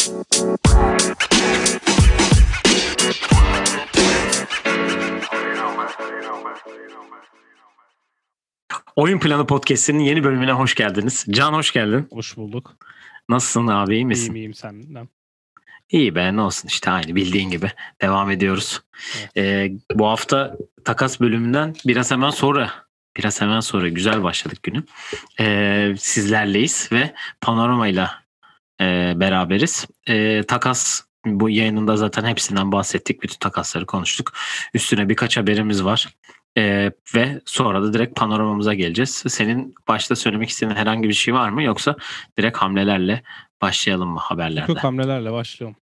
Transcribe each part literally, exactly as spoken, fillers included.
Oyun Planı Podcast'inin yeni bölümüne hoş geldiniz. Can hoş geldin. Hoş bulduk. Nasılsın abi, iyi misin? İyiyim iyiyim senden. İyi be, ne olsun işte, aynı bildiğin gibi devam ediyoruz. Evet. Ee, bu hafta takas bölümünden biraz hemen sonra biraz hemen sonra güzel başladık günü. Ee, sizlerleyiz ve panoramayla e, beraberiz. Ee, takas bu yayınında zaten hepsinden bahsettik. Bütün takasları konuştuk. Üstüne birkaç haberimiz var. Ee, ve sonra da direkt panoramamıza geleceğiz. Senin başta söylemek istediğin herhangi bir şey var mı? Yoksa direkt hamlelerle başlayalım mı haberlerde? Çok hamlelerle başlıyorum.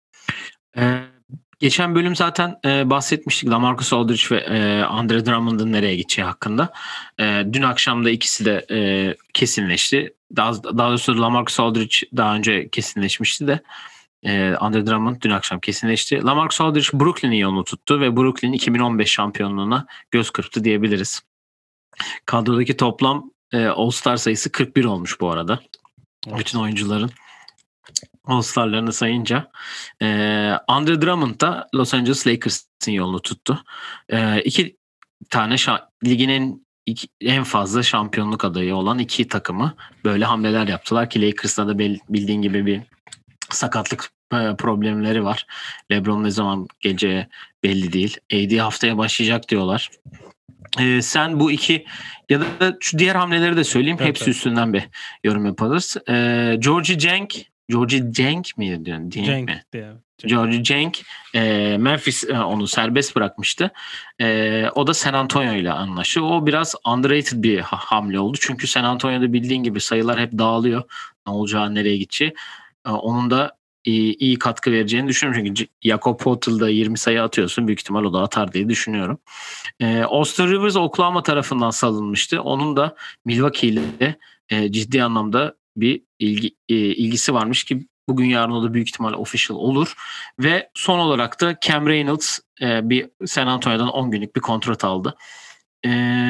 Ee, geçen bölüm zaten e, bahsetmiştik LaMarcus Aldridge ve e, Andre Drummond'ın nereye gideceği hakkında. E, dün akşam da ikisi de e, kesinleşti. Daha, daha doğrusu LaMarcus Aldridge daha önce kesinleşmişti de e, Andre Drummond dün akşam kesinleşti. LaMarcus Aldridge Brooklyn'in yolunu tuttu ve Brooklyn iki bin on beş şampiyonluğuna göz kırptı diyebiliriz. Kadrodaki toplam e, All-Star sayısı kırk bir olmuş bu arada. Evet. Bütün oyuncuların All-Star'larını sayınca. E, Andre Drummond da Los Angeles Lakers'ın yolunu tuttu. E, iki tane şa- ligin en, iki, en fazla şampiyonluk adayı olan iki takımı böyle hamleler yaptılar ki Lakers'ta da bel- bildiğin gibi bir sakatlık e, problemleri var. LeBron ne zaman geleceği belli değil. A D haftaya başlayacak diyorlar. Ee, sen bu iki ya da şu diğer hamleleri de söyleyeyim. Evet, Hepsi evet. üstünden bir yorum yaparız. Ee, Georgie Cenk, Georgie Cenk mi diyorsun? Cenk Cenk mi? diye. Cenk. Georgie Cenk, e, Memphis e, onu serbest bırakmıştı. E, o da San Antonio ile anlaştı. O biraz underrated bir ha- hamle oldu. Çünkü San Antonio'da bildiğin gibi sayılar hep dağılıyor. Ne olacağı, nereye gideceği. E, onun da iyi, iyi katkı vereceğini düşünüyorum. Çünkü Jakob Poeltl'da yirmi sayı atıyorsun. Büyük ihtimal o da atar diye düşünüyorum. E, Austin Rivers Oklahoma tarafından salınmıştı. Onun da Milwaukee ile e, ciddi anlamda bir ilgi, e, ilgisi varmış ki bugün yarın o da büyük ihtimal official olur. Ve son olarak da Cam Reynolds e, bir San Antonio'dan on günlük bir kontrat aldı. E,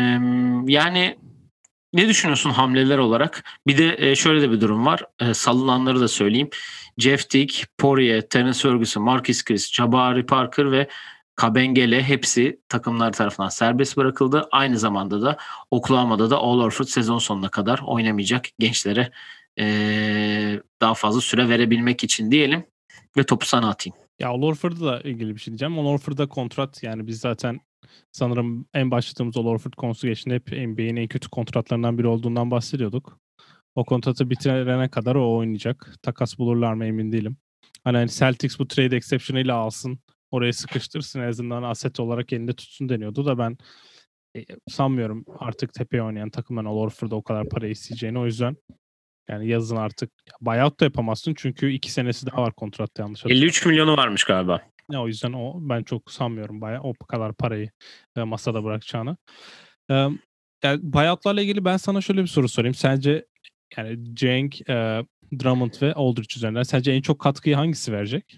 yani ne düşünüyorsun hamleler olarak? Bir de e, şöyle de bir durum var. E, salınanları da söyleyeyim. Jeff Teague, Poirier, Terence Ferguson, Marquise Chris, Jabari Parker ve Kabengele hepsi takımlar tarafından serbest bırakıldı. Aynı zamanda da Oklahoma'da da Al Horford sezon sonuna kadar oynamayacak gençlere e, daha fazla süre verebilmek için diyelim ve topu sana atayım. Ya Al Horford'la ilgili bir şey diyeceğim. Al Horford'da kontrat, yani biz zaten sanırım en başladığımız Al Horford konusu geçtiğinde hep N B A'nin en kötü kontratlarından biri olduğundan bahsediyorduk. O kontratı bitirene kadar o oynayacak. Takas bulurlar mı emin değilim. Hani, hani Celtics bu trade exception'ıyla alsın, oraya sıkıştırsın, en azından aset olarak elinde tutsun deniyordu da ben e, sanmıyorum artık tepeye oynayan takımdan Al Horford'da o kadar para isteyeceğini. O yüzden yani yazın artık buyout da yapamazsın çünkü iki senesi daha var kontratta, yanlış hatırlamıyorum. elli üç milyonu varmış galiba. Ya, o yüzden o ben çok sanmıyorum bayağı o kadar parayı e, masada bırakacağını. E, yani buyoutlarla ilgili ben sana şöyle bir soru sorayım. Sence yani Cenk, e, Drummond ve Aldridge üzerinden sence en çok katkıyı hangisi verecek?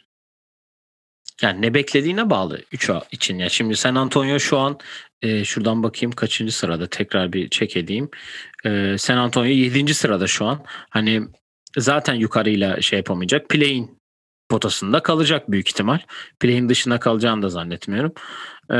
Yani ne beklediğine bağlı üç için. Ya şimdi San Antonio şu an e, şuradan bakayım kaçıncı sırada, tekrar bir check edeyim. E, San Antonio yedinci sırada şu an. Hani zaten yukarıyla şey yapamayacak. Play-in potasında kalacak büyük ihtimal. Play-in dışına kalacağını da zannetmiyorum. E,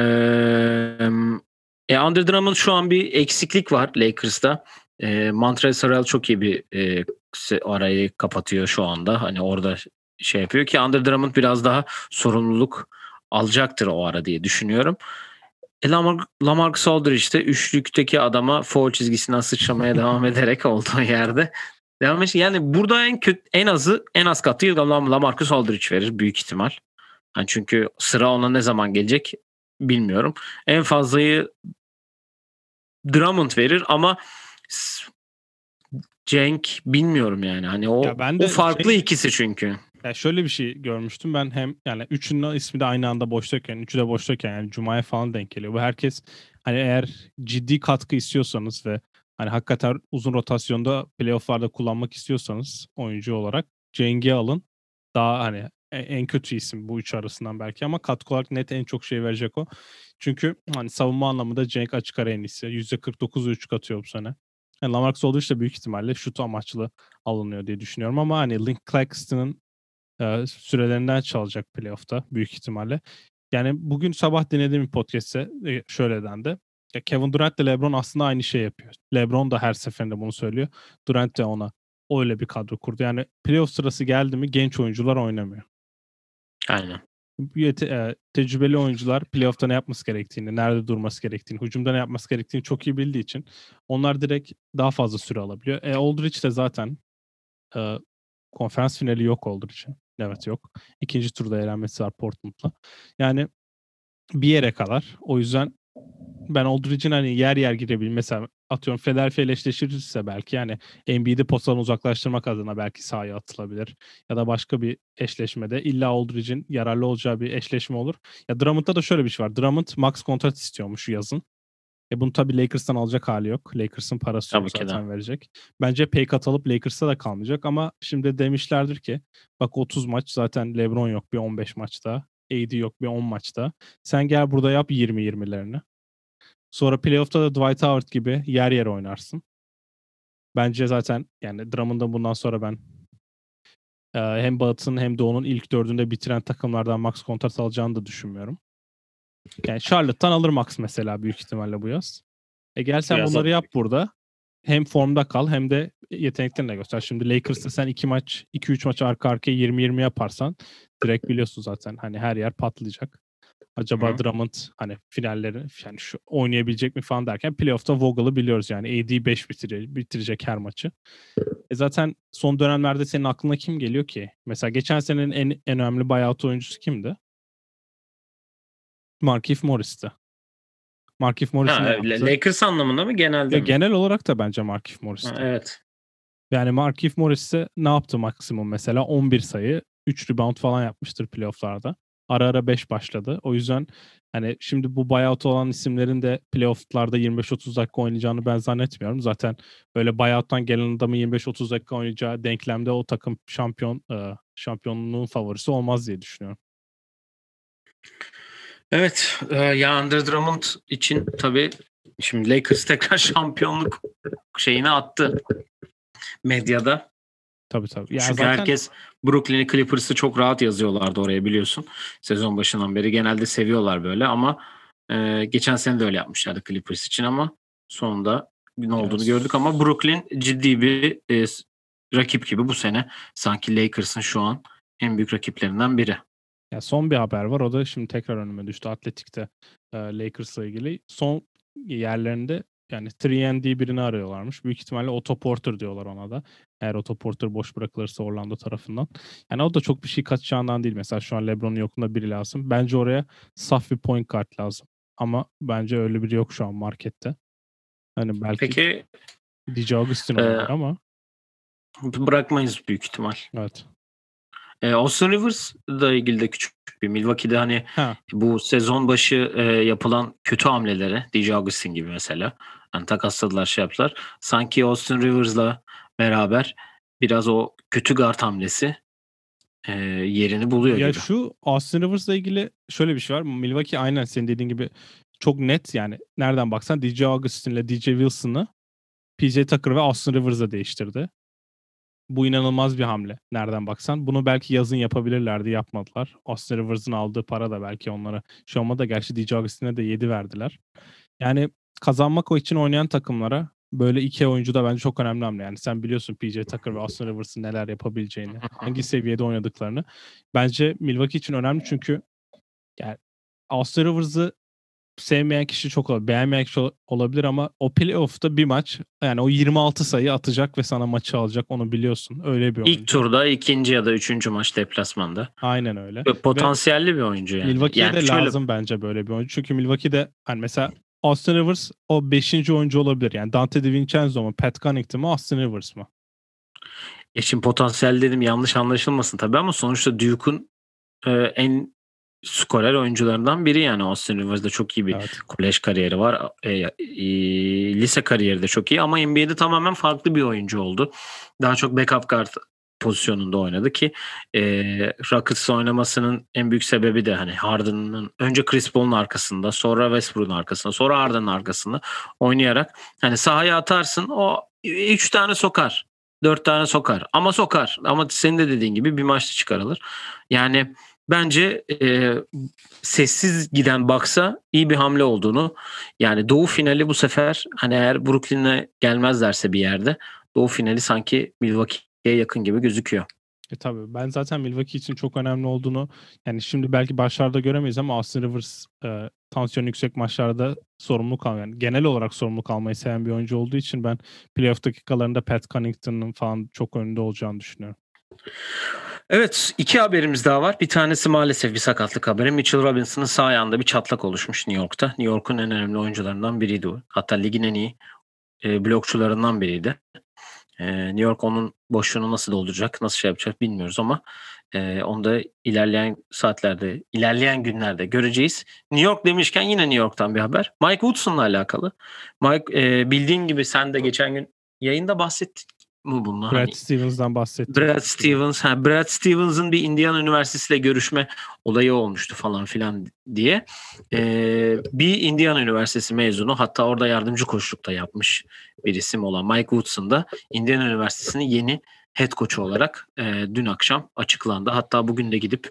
e, Andre Drummond şu an bir eksiklik var Lakers'ta. E, Montrezl Harrell çok iyi bir e, arayı kapatıyor şu anda. Hani orada şey yapıyor ki Andre Drummond biraz daha sorumluluk alacaktır o ara diye düşünüyorum. E, Lamar, LaMarcus Aldridge işte üçlükteki adama foul çizgisinden sıçramaya devam ederek olduğu yerde devam ediyor. Yani burada en kötü, en azı en az katıyı LaMarcus Aldridge verir büyük ihtimal. Yani çünkü sıra ona ne zaman gelecek bilmiyorum. En fazlayı Drummond verir ama Cenk bilmiyorum yani. Hani o Ya ben o de farklı şey- ikisi çünkü. Ya şöyle bir şey görmüştüm ben, hem yani üçünün ismi de aynı anda boştayken, üçü de boştayken, yani Cuma'ya falan denk geliyor. Bu herkes, hani eğer ciddi katkı istiyorsanız ve hani hakikaten uzun rotasyonda playoff'larda kullanmak istiyorsanız oyuncu olarak Cenk'i alın. Daha hani e- en kötü isim bu üç arasından belki, ama katkı olarak net en çok şey verecek o. Çünkü hani savunma anlamında Cenk açık ara en iyisi. yüzde kırk dokuz virgül üç katıyor bu sene. Yani LaMarcus Aldridge de büyük ihtimalle şut amaçlı alınıyor diye düşünüyorum, ama hani Link Claxton'ın e, sürelerinden çalacak playoff'ta büyük ihtimalle. Yani bugün sabah dinlediğim bir podcast'te e, şöyle dendi. Ya Kevin Durant ile LeBron aslında aynı şey yapıyor. LeBron da her seferinde bunu söylüyor. Durant de ona öyle bir kadro kurdu. Yani playoff sırası geldi mi genç oyuncular oynamıyor. Aynen. Yete, e, tecrübeli oyuncular playoff'ta ne yapması gerektiğini, nerede durması gerektiğini, hücumda ne yapması gerektiğini çok iyi bildiği için onlar direkt daha fazla süre alabiliyor. E, Aldridge de zaten e, konferans finali yok Aldridge'in. Evet yok. İkinci turda elenmesi var Portland'la. Yani bir yere kadar. O yüzden ben Aldridge'in hani yer yer girebilir. Mesela atıyorum Philadelphia ile eşleşirse belki yani Embiid'i potadan uzaklaştırmak adına belki sahaya atılabilir. Ya da başka bir eşleşmede illa Aldridge'in yararlı olacağı bir eşleşme olur. Ya Drummond'da da şöyle bir şey var. Drummond max kontrat istiyormuş yazın. E bunu tabii Lakers'tan alacak hali yok. Lakers'ın parası yok Tabii ki de. zaten verecek. Bence pay cut alıp Lakers'ta da kalmayacak ama şimdi demişlerdir ki bak otuz maç zaten LeBron yok bir on beş maçta. A D yok bir on maçta. Sen gel burada yap yirmi yirmilerini. Sonra playoff'ta da Dwight Howard gibi yer yer oynarsın. Bence zaten yani Drummond'da bundan sonra ben e, hem Batı'nın hem Doğu'nun ilk dördünde bitiren takımlardan max kontrat alacağını da düşünmüyorum. Yani Charlotte'tan alır max mesela büyük ihtimalle bu yaz. E gel sen Biraz bunları da yap burada. Hem formda kal hem de yeteneklerini de göster. Şimdi Lakers'ta sen iki maç, iki üç maç arka arkaya yirmi yirmi yaparsan direkt biliyorsun zaten hani her yer patlayacak. Acaba Hı. Drummond hani finalleri yani şu oynayabilecek mi falan derken playoff'ta Vogel'ı biliyoruz yani. A D beş bitirecek, bitirecek her maçı. E zaten son dönemlerde senin aklına kim geliyor ki? Mesela geçen senenin en, en önemli buyout oyuncusu kimdi? Markieff Morris'ti. Markieff Morris Ha, ne La- yaptı? Lakers anlamında mı Ya genelde mi? genel olarak da bence Markieff Ha, Morris'ti. evet. Yani Markieff Morris'e ne yaptı maksimum mesela? on bir sayı, üç rebound falan yapmıştır playoff'larda. Ara ara beş başladı. O yüzden hani şimdi bu buyout olan isimlerin de playoff'larda yirmi beş otuz dakika oynayacağını ben zannetmiyorum. Zaten böyle buyout'tan gelen adamın yirmi beş otuz dakika oynayacağı denklemde o takım şampiyon e, şampiyonluğun favorisi olmaz diye düşünüyorum. Evet. E, ya Andre Drummond için tabii şimdi Lakers tekrar şampiyonluk şeyini attı medyada. Tabii tabii. Ya Çünkü zaten herkes Brooklyn Clippers'ı çok rahat yazıyorlardı oraya biliyorsun. Sezon başından beri genelde seviyorlar böyle ama e, geçen sene de öyle yapmışlardı Clippers için ama sonunda ne ya, olduğunu gördük ama Brooklyn ciddi bir e, rakip gibi bu sene sanki Lakers'ın şu an en büyük rakiplerinden biri. ya son bir haber var. O da şimdi tekrar önüme düştü. Atletik'te e, Lakers'la ilgili. Son yerlerinde yani üç and D birini arıyorlarmış. Büyük ihtimalle Otto Porter diyorlar ona da. Eğer Otto Porter boş bırakılırsa Orlando tarafından. Yani o da çok bir şey katacağından değil. Mesela şu an LeBron'un yokluğunda biri lazım. Bence oraya saf bir point guard lazım. Ama bence öyle biri yok şu an markette. Hani belki Peki D J Augustin olabilir e, ama bırakmayız büyük ihtimal. evet. E, Austin Rivers'la ilgili de küçük bir Milwaukee'de hani Ha, bu sezon başı e, yapılan kötü hamlelere D J Augustin gibi mesela hani takasladılar şey yaptılar. Sanki Austin Rivers'la beraber biraz o kötü guard hamlesi e, yerini buluyor ya gibi. şu Austin Rivers'la ilgili şöyle bir şey var. Milwaukee aynen senin dediğin gibi çok net yani nereden baksan D J Augustin'le D J Wilson'ı P J Tucker ve Austin Rivers'la değiştirdi. Bu inanılmaz bir hamle nereden baksan. Bunu belki yazın yapabilirlerdi, yapmadılar. Austin Rivers'ın aldığı para da belki onlara şu ama da gerçi D J Augustin'e de yedi verdiler. Yani kazanmak o için oynayan takımlara böyle iki oyuncu da bence çok önemli hamle. Yani sen biliyorsun P J Tucker ve Austin Rivers'ın neler yapabileceğini, hangi seviyede oynadıklarını. Bence Milwaukee için önemli çünkü yani Austin Rivers'ı sevmeyen kişi çok olabilir, beğenmeyen kişi olabilir ama o playoff'ta bir maç yani o yirmi altı sayı atacak ve sana maçı alacak onu biliyorsun. Öyle bir İlk oyuncu. turda ikinci ya da üçüncü maç deplasmanda. Aynen öyle. Ve Ve potansiyelli bir oyuncu yani. Milwaukee'ye Yani de şöyle lazım bence böyle bir oyuncu. Çünkü Milwaukee'de hani mesela Austin Rivers o beşinci oyuncu olabilir. Yani Dante DiVincenzo mu, Pat Connaughton mu, Austin Rivers mı? eşin potansiyel dedim yanlış anlaşılmasın tabii ama sonuçta Duke'un e, en skorer oyuncularından biri yani Austin Rivers'da çok iyi bir Evet. kolej kariyeri var. E, e, lise kariyeri de çok iyi ama N B A'de tamamen farklı bir oyuncu oldu. Daha çok backup guard pozisyonunda oynadı ki e, Rockets oynamasının en büyük sebebi de hani Harden'ın önce Chris Paul'un arkasında sonra Westbrook'un arkasında sonra Harden'ın arkasında oynayarak hani sahaya atarsın o üç tane sokar. dört tane sokar. Ama sokar. Ama senin de dediğin gibi bir maçta çıkarılır. Yani bence e, sessiz giden Bucks'a iyi bir hamle olduğunu, yani Doğu finali bu sefer hani eğer Brooklyn'e gelmezlerse bir yerde Doğu finali sanki Milwaukee'ye yakın gibi gözüküyor. E tabii ben zaten Milwaukee için çok önemli olduğunu, yani şimdi belki başlarda göremeyiz ama Austin Rivers e, tansiyon yüksek maçlarda sorumluluk almayı, yani genel olarak sorumluluk almayı seven bir oyuncu olduğu için ben playoff dakikalarında Pat Connaughton'ın falan çok önünde olacağını düşünüyorum. Evet, iki haberimiz daha var. Bir tanesi maalesef bir sakatlık haberi. Mitchell Robinson'ın sağ ayağında bir çatlak oluşmuş New York'ta. New York'un en önemli oyuncularından biriydi o. Hatta ligin en iyi e, blokçularından biriydi. E, New York onun boşluğunu nasıl dolduracak, nasıl şey yapacak bilmiyoruz ama e, onu da ilerleyen saatlerde, ilerleyen günlerde göreceğiz. New York demişken yine New York'tan bir haber. Mike Woodson'la alakalı. Mike e, bildiğin gibi sen de geçen gün yayında bahsettik mi bununla? Brad Hani Stevens'dan bahsettim. Brad Stevens, ha, Brad Stevens'ın bir Indiana Üniversitesi'yle görüşme olayı olmuştu falan filan diye. Ee, bir Indiana Üniversitesi mezunu, hatta orada yardımcı koçlukta yapmış bir isim olan Mike Woodson da Indiana Üniversitesi'nin yeni head coach'u olarak e, dün akşam açıklandı. Hatta bugün de gidip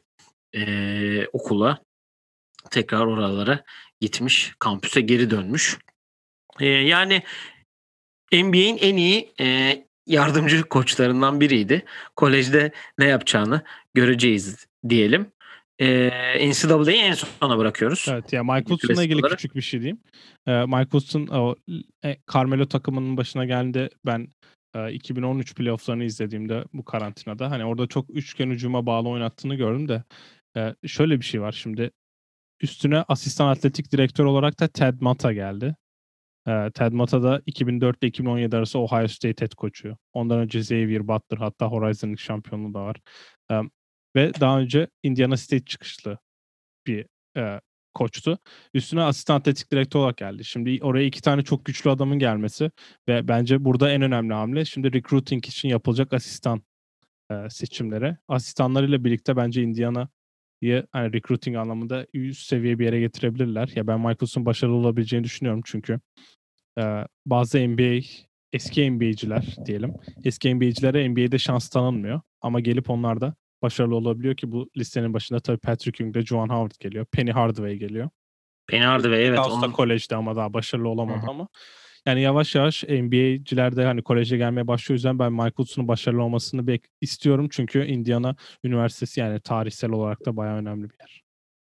e, okula tekrar oralara gitmiş, kampüse geri dönmüş. E, yani N B A'in en iyi e, yardımcı koçlarından biriydi. Kolejde ne yapacağını göreceğiz diyelim. E, N C A A'yı en sona bırakıyoruz. Evet ya, Mike Woodson'la ilgili olarak küçük bir şey diyeyim. Ee, Mike Woodson o e, Carmelo takımının başına geldi. Ben e, iki bin on üç playoff'larını izlediğimde bu karantinada, hani orada çok üçgen hücuma bağlı oynattığını gördüm de e, şöyle bir şey var şimdi. Üstüne asistan atletik direktör olarak da Ted Matta geldi. E, Ted Matta da iki bin dört ile iki bin on yedi arası Ohio State head coach'u. Ondan önce Xavier Butler, hatta Horizon League şampiyonluğu da var. E, ve daha önce Indiana State çıkışlı bir e, koçtu. Üstüne asistan atletik direktör olarak geldi. Şimdi oraya iki tane çok güçlü adamın gelmesi ve bence burada en önemli hamle şimdi recruiting için yapılacak asistan e, seçimleri. Asistanlarıyla birlikte bence Indiana'yı hani recruiting anlamında üst seviye bir yere getirebilirler. Ya ben Michaels'ın başarılı olabileceğini düşünüyorum çünkü e, bazı N B A eski N B A'ciler diyelim. Eski N B A'cilere N B A'de şans tanınmıyor ama gelip onlar da başarılı olabiliyor ki bu listenin başında tabii Patrick Ewing'de Juwan Howard geliyor. Penny Hardaway geliyor. Penny Hardaway, evet. Onun... Onun... Kolejde ama daha başarılı olamadı. Hı-hı. Ama yani yavaş yavaş N B A'ciler de hani koleje gelmeye başlıyor. O yüzden ben Mike Woodson'un başarılı olmasını bek- istiyorum. Çünkü Indiana Üniversitesi yani tarihsel olarak da bayağı önemli bir yer.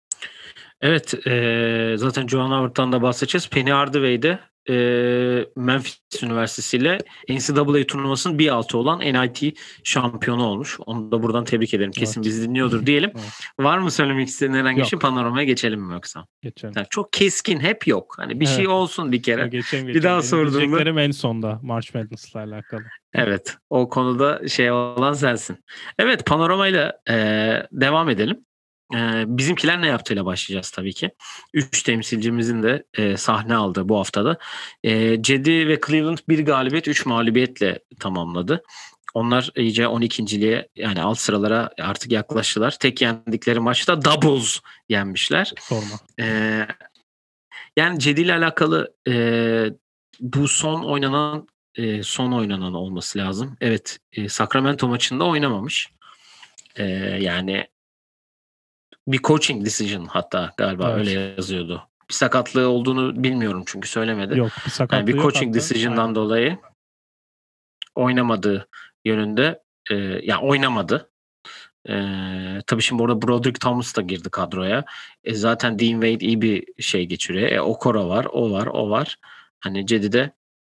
Evet, e, zaten Juwan Howard'tan da bahsedeceğiz. Penny Hardaway de e, Memphis Üniversitesi ile N C A A turnuvasının bir altı olan N I T şampiyonu olmuş. Onu da buradan tebrik ederim. Kesin evet. Bizi dinliyordur diyelim. Evet. Var mı söylemek istediğin herhangi bir şey? Panoramaya geçelim mi yoksa? Geçelim. Yani çok keskin hep yok. Hani bir evet. şey olsun bir kere. Geçelim, geçelim. Bir daha sorduğumda. Diyeceklerim en sonda March Madness'la alakalı. Evet. O konuda şey olan sensin. Evet, panoramayla e, devam edelim. Ee, bizimkiler ne yaptığıyla başlayacağız tabii ki. Üç temsilcimizin de e, sahne aldığı bu haftada. E, Cedi ve Cleveland bir galibiyet, üç mağlubiyetle tamamladı. Onlar iyice on ikinciliğe yani alt sıralara artık yaklaştılar. Tek yendikleri maçta doubles yenmişler. Sorma. E, yani Cedi ile alakalı e, bu son oynanan e, son oynanan olması lazım. Evet, e, Sacramento maçında oynamamış. E, yani bir coaching decision hatta galiba evet. öyle yazıyordu. Bir sakatlığı olduğunu bilmiyorum çünkü söylemedi. Yok, bir sakatlığı yani bir yok coaching hatta. decision'dan Aynen. dolayı oynamadığı yönünde e, yani oynamadı. E, tabii şimdi orada Broderick Thomas da girdi kadroya. E, zaten Dean Wade iyi bir şey geçiriyor. E, Okoro var, o var, o var. Hani Cedi'de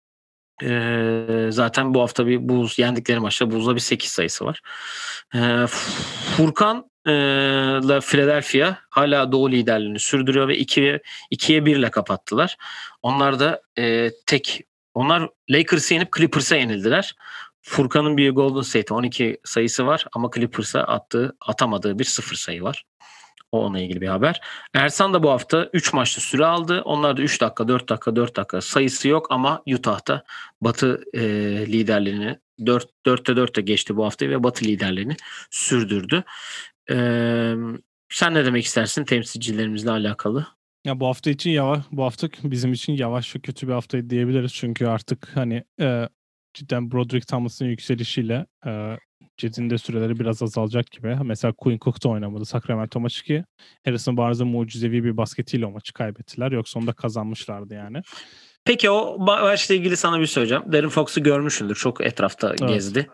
e, zaten bu hafta bir Bulls yendikleri maçta Bulls'da bir sekiz sayısı var. E, Furkan ile Philadelphia hala Doğu liderliğini sürdürüyor ve ikiye bir ile kapattılar. Onlar da e, tek onlar Lakers'ı yenip Clippers'a yenildiler. Furkan'ın bir Golden State'e on iki sayısı var ama Clippers'a attığı atamadığı bir sıfır sayı var. O onunla ilgili bir haber. Ersan da bu hafta üç maçta süre aldı. Onlar da üç dakika, dört dakika, dört dakika sayısı yok ama Utah'ta Batı e, liderliğini dört, dörtte dörtte geçti bu hafta ve Batı liderliğini sürdürdü. Ee, sen ne demek istersin temsilcilerimizle alakalı? Ya bu hafta için yavaş, bu hafta bizim için yavaş ve kötü bir haftaydı diyebiliriz. Çünkü artık hani e, cidden Broderick Thomas'ın yükselişiyle e, Jett'in de süreleri biraz azalacak gibi. Mesela Quinn Cook da oynamadı Sacramento maçı ki Harrison Barnes'ın mucizevi bir basketiyle o maçı kaybettiler. Yoksa onu da kazanmışlardı yani. Peki o maçla ilgili sana bir söyleyeceğim. Darren Fox'u görmüşsündür. Çok etrafta Evet. gezdi.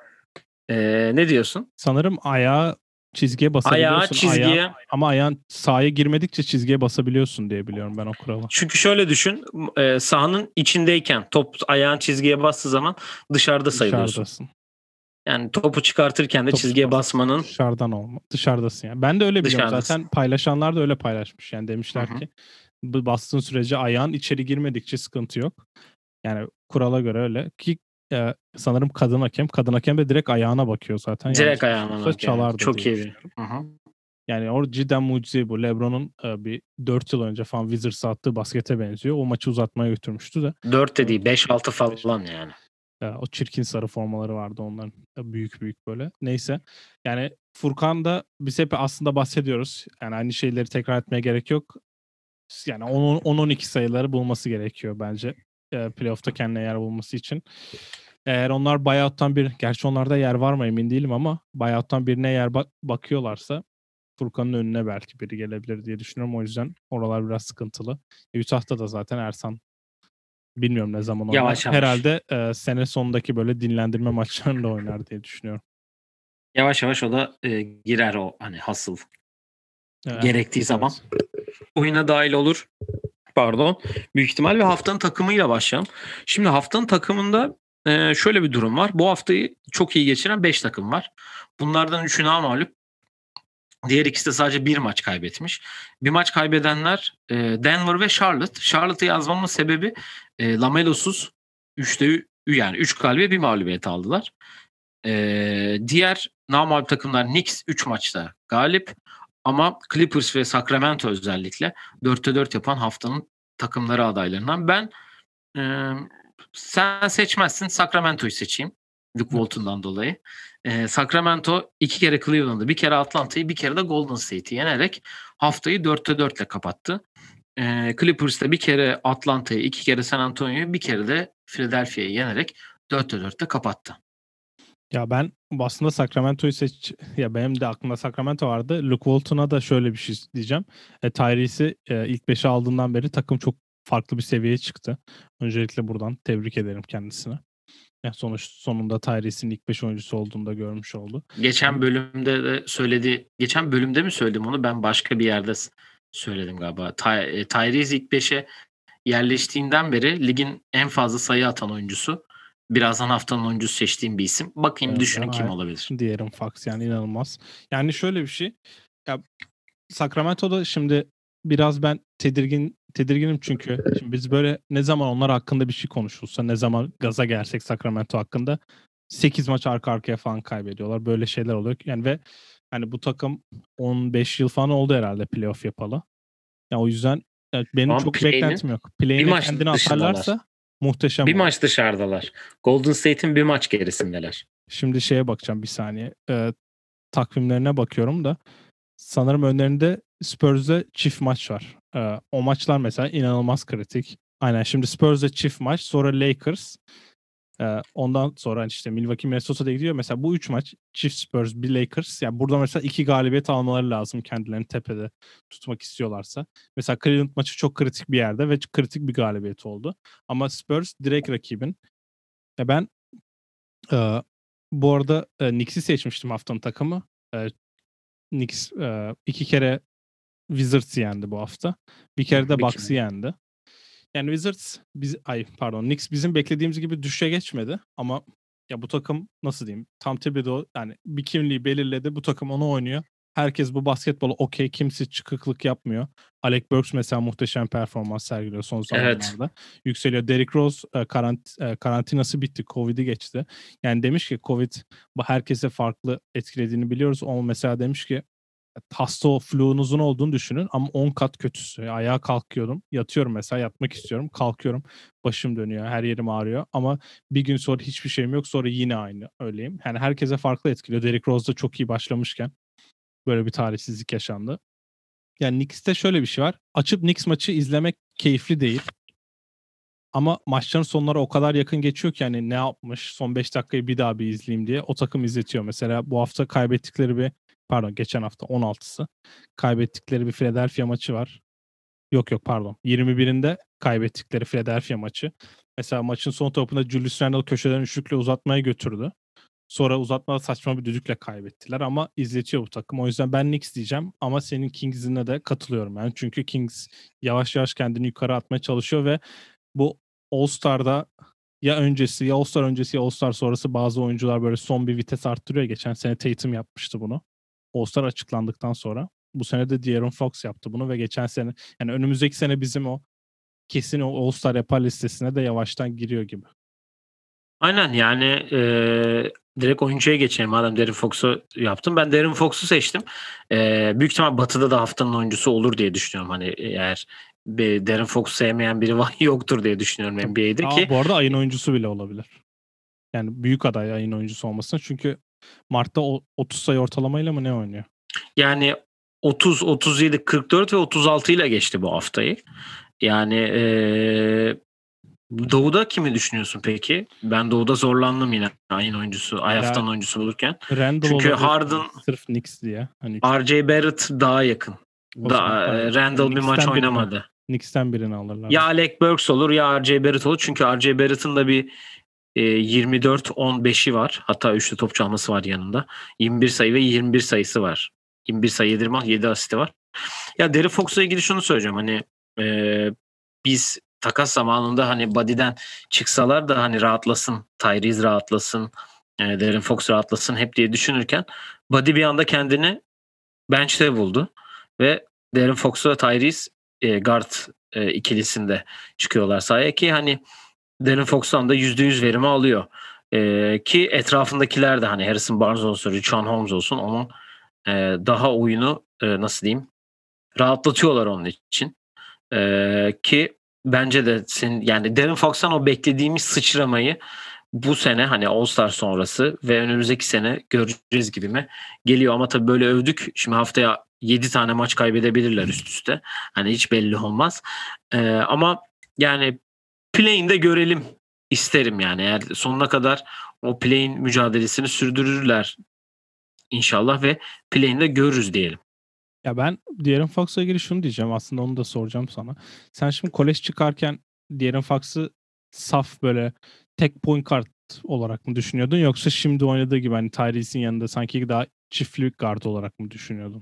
Ee, ne diyorsun? Sanırım ayağı çizgiye basabiliyorsun. Ayağı çizgiye. Ayağı, ama ayağın sahaya girmedikçe çizgiye basabiliyorsun diye biliyorum ben o kuralı. Çünkü şöyle düşün. E, sahanın içindeyken top ayağın çizgiye bastığı zaman dışarıda sayılıyorsun. Dışarıdasın. Yani topu çıkartırken de Topu çizgiye çıkartırken basmanın dışarıdan olma. Dışarıdasın yani. Ben de öyle biliyorum. Dışarıdasın. Zaten paylaşanlar da öyle paylaşmış. Yani demişler Hı hı. ki bu bastığın sürece ayağın içeri girmedikçe sıkıntı yok. Yani kurala göre öyle ki e, sanırım kadın hakem. Kadın hakem de direkt ayağına bakıyor zaten. Direkt Yanlış ayağına olursa bak yani. çalardı Çok diye iyi. düşünüyorum. Hı hı. Yani o cidden mucize bu. LeBron'un e, bir dört yıl önce falan Wizards'a attığı baskete benziyor. O maçı uzatmaya götürmüştü de. dört de değil beş altı falan yani. Ya, o çirkin sarı formaları vardı onların. Büyük büyük böyle. Neyse. Yani Furkan da biz hep aslında bahsediyoruz. Yani aynı şeyleri tekrar etmeye gerek yok. Yani on on iki sayıları bulması gerekiyor bence. E, playoff'ta kendine yer bulması için. Eğer onlar buyout'tan bir, gerçi onlarda yer var mı emin değilim ama buyout'tan birine yer bak- bakıyorlarsa Furkan'ın önüne belki biri gelebilir diye düşünüyorum. O yüzden oralar biraz sıkıntılı. Utah'ta da zaten Ersan bilmiyorum ne zaman oynar. Yavaş yavaş. Herhalde e, sene sonundaki böyle dinlendirme maçlarında oynar diye düşünüyorum. Yavaş yavaş o da e, girer o hani hasıl. Evet, Gerektiği zaman oyuna dahil olur. Pardon. Büyük ihtimal ve haftanın takımıyla başlayalım. Şimdi haftanın takımında e, şöyle bir durum var. Bu haftayı çok iyi geçiren beş takım var. Bunlardan üçü namağlup. Diğer ikisi de sadece bir maç kaybetmiş. Bir maç kaybedenler e, Denver ve Charlotte. Charlotte'ı yazmamın sebebi e, Lamelo'suz üçte yani üç galibiyet bir mağlubiyet aldılar. E, diğer namağlup takımlar Knicks üç maçta galip ama Clippers ve Sacramento özellikle dörtte dört yapan haftanın takımları adaylarından. Ben e, sen seçmezsin Sacramento'yu seçeyim. Luke Walton'dan dolayı. E, Sacramento iki kere Cleveland'ı, bir kere Atlanta'yı, bir kere de Golden State'i yenerek haftayı dörtte dört ile kapattı. E, Clippers'ta bir kere Atlanta'yı, iki kere San Antonio'yu, bir kere de Philadelphia'yı yenerek dörtte dört ile kapattı. Ya ben aslında Sacramento'yu seç... Ya benim de aklımda Sacramento vardı. Luke Walton'a da şöyle bir şey diyeceğim. E, Tyrese'i e, ilk beşe aldığından beri takım çok farklı bir seviyeye çıktı. Öncelikle buradan tebrik ederim kendisine. Yani sonuç sonunda Tyrese'in ilk beş oyuncusu olduğunu da görmüş oldu. Geçen bölümde de söyledi. Geçen bölümde mi söyledim onu? Ben başka bir yerde söyledim galiba. Ty, Tyrese ilk beşe yerleştiğinden beri ligin en fazla sayı atan oyuncusu. Birazdan haftanın oyuncusu seçtiğim bir isim. Bakayım Evet, düşünün kim ay- olabilir. Diğerim Fox yani inanılmaz. Yani şöyle bir şey. Ya Sacramento'da şimdi biraz ben tedirgin tedirginim çünkü şimdi biz böyle ne zaman onlar hakkında bir şey konuşulsa, ne zaman gaza gelsek Sacramento hakkında sekiz maç arka arkaya falan kaybediyorlar. Böyle şeyler oluyor. Yani ve hani bu takım on beş yıl falan oldu herhalde playoff yapalı. Yani o yüzden evet, benim Ama çok play'inin beklentim yok. bir Play'ine maç kendini dışındalar. atarlarsa muhteşem Bir olur. maç dışarıdalar. Golden State'in bir maç gerisindeler. Şimdi şeye bakacağım bir saniye. Ee, takvimlerine bakıyorum da sanırım önlerinde Spurs'da çift maç var. Ee, o maçlar mesela inanılmaz kritik. Aynen şimdi Spurs'da çift maç, sonra Lakers. Ee, ondan sonra işte Milwaukee Minnesota'da gidiyor. Mesela bu üç maç çift Spurs, bir Lakers. Yani burada mesela iki galibiyet almaları lazım kendilerini tepede tutmak istiyorlarsa. Mesela Cleveland maçı çok kritik bir yerde ve kritik bir galibiyet oldu. Ama Spurs direkt rakibin. Ya ben e, bu arada e, Knicks'i seçmiştim haftanın takımı. E, Knicks e, iki kere Wizards yendi bu hafta. Bir kere de Bir Bucks'ı kere. yendi. Yani Wizards biz ay pardon Knicks bizim beklediğimiz gibi düşe geçmedi ama ya bu takım nasıl diyeyim tam Thibodeau yani bir kimliği belirledi, bu takım onu oynuyor. Herkes bu basketbolu okey, kimse çıkıklık yapmıyor. Alec Burks mesela muhteşem performans sergiliyor son Evet. zamanlarda. Yükseliyor. Derrick Rose e, karant, e, karantinası bitti. Covid'i geçti. Yani demiş ki Covid bu herkese farklı etkilediğini biliyoruz. O mesela demiş ki hasta o flu'nuzun olduğunu düşünün ama on kat kötüsü. Ayağa kalkıyorum. Yatıyorum mesela. Yatmak istiyorum. Kalkıyorum. Başım dönüyor. Her yerim ağrıyor. Ama bir gün sonra hiçbir şeyim yok. Sonra yine aynı. Öyleyim. Yani herkese farklı etkiliyor. Derrick Rose da çok iyi başlamışken böyle bir talihsizlik yaşandı. Yani Knicks'te şöyle bir şey var. Açıp Knicks maçı izlemek keyifli değil. ama maçların sonları o kadar yakın geçiyor ki hani ne yapmış son beş dakikayı bir daha bir izleyeyim diye o takım izletiyor. Mesela bu hafta kaybettikleri bir pardon geçen hafta on altısı kaybettikleri bir Philadelphia maçı var. Yok yok pardon. yirmi birinde kaybettikleri Philadelphia maçı. Mesela maçın son topunda Julius Randle köşeden üçlükle uzatmaya götürdü. Sonra uzatmada saçma bir düdükle kaybettiler ama izletiyor bu takım. O yüzden ben Knicks diyeceğim ama senin Kings'ine de katılıyorum yani. Çünkü Kings yavaş yavaş kendini yukarı atmaya çalışıyor ve bu All-Star'da ya öncesi ya All-Star öncesi ya All-Star sonrası bazı oyuncular böyle son bir vites arttırıyor. Geçen sene Tatum yapmıştı bunu. All-Star açıklandıktan sonra. Bu sene de De'Aaron Fox yaptı bunu ve geçen sene yani önümüzdeki sene bizim o kesin o All-Star yapar listesine de yavaştan giriyor gibi. Aynen yani eee, direkt oyuncuya geçelim madem De'Aaron Fox'u yaptım. Ben De'Aaron Fox'u seçtim. Eee, büyük ihtimal Batı'da da haftanın oyuncusu olur diye düşünüyorum. Hani eğer bir De'Aaron Fox'u sevmeyen biri var yoktur diye düşünüyorum Tabii. N B A'de Aa, ki. bu arada ayın oyuncusu bile olabilir. Yani büyük aday ayın oyuncusu olmasına. Çünkü Mart'ta o- otuz sayı ortalamayla mı ne oynuyor? Yani otuz, otuz yedi, kırk dört ve otuz altı ile geçti bu haftayı. Yani eee Doğu'da kimi düşünüyorsun peki? Ben Doğu'da zorlandım yine ayın oyuncusu, ay Ya haftanın oyuncusu bulurken. Randall Çünkü olabilir. Harden, Sırf Knicks diye. Hani üç, R J Barrett daha yakın. o zaman Da, aynen. Yani Randall bir maç Knicks'ten birini oynamadı. Knicks'ten birini alırlar. Ya Alec Burks olur ya R J Barrett olur. Çünkü R J Barrett'ın da bir e, yirmi dört on beşi var. Hatta üçlü top çalması var yanında. yirmi bir sayı ve yirmi bir sayısı var. yirmi bir sayı yedirme, yedi asisti var. Ya Derek Fox'la ilgili şunu söyleyeceğim. Hani e, biz takas zamanında hani body'den çıksalar da hani rahatlasın, Tyrese rahatlasın, e, De'Aaron Fox rahatlasın hep diye düşünürken body bir anda kendini bench'te buldu ve De'Aaron Fox'la Tyrese e, guard e, ikilisinde çıkıyorlar sahaya ki hani De'Aaron Fox'tan da yüzde yüz verimi alıyor. E, ki etrafındakiler de hani Harrison Barnes olsun, Richaun Holmes olsun onun e, daha oyunu e, nasıl diyeyim rahatlatıyorlar onun için. Ee, ki bence de senin yani De'Aaron Fox'tan o beklediğimiz sıçramayı bu sene hani All-Star sonrası ve önümüzdeki sene göreceğiz gibi mi geliyor ama tabii böyle övdük. Şimdi haftaya yedi tane maç kaybedebilirler üst üste. Hani hiç belli olmaz. Ee, ama yani play'inde görelim isterim yani. Eğer sonuna kadar o play'in mücadelesini sürdürürler inşallah ve play'inde görürüz diyelim. Ya ben De'Aaron Fox'la ilgili şunu diyeceğim. Aslında onu da soracağım sana. Sen şimdi kolej çıkarken De'Aaron Fox'ı saf böyle tek point guard olarak mı düşünüyordun yoksa şimdi oynadığı gibi hani Tyrese'in yanında sanki daha çiftlik guard olarak mı düşünüyordun?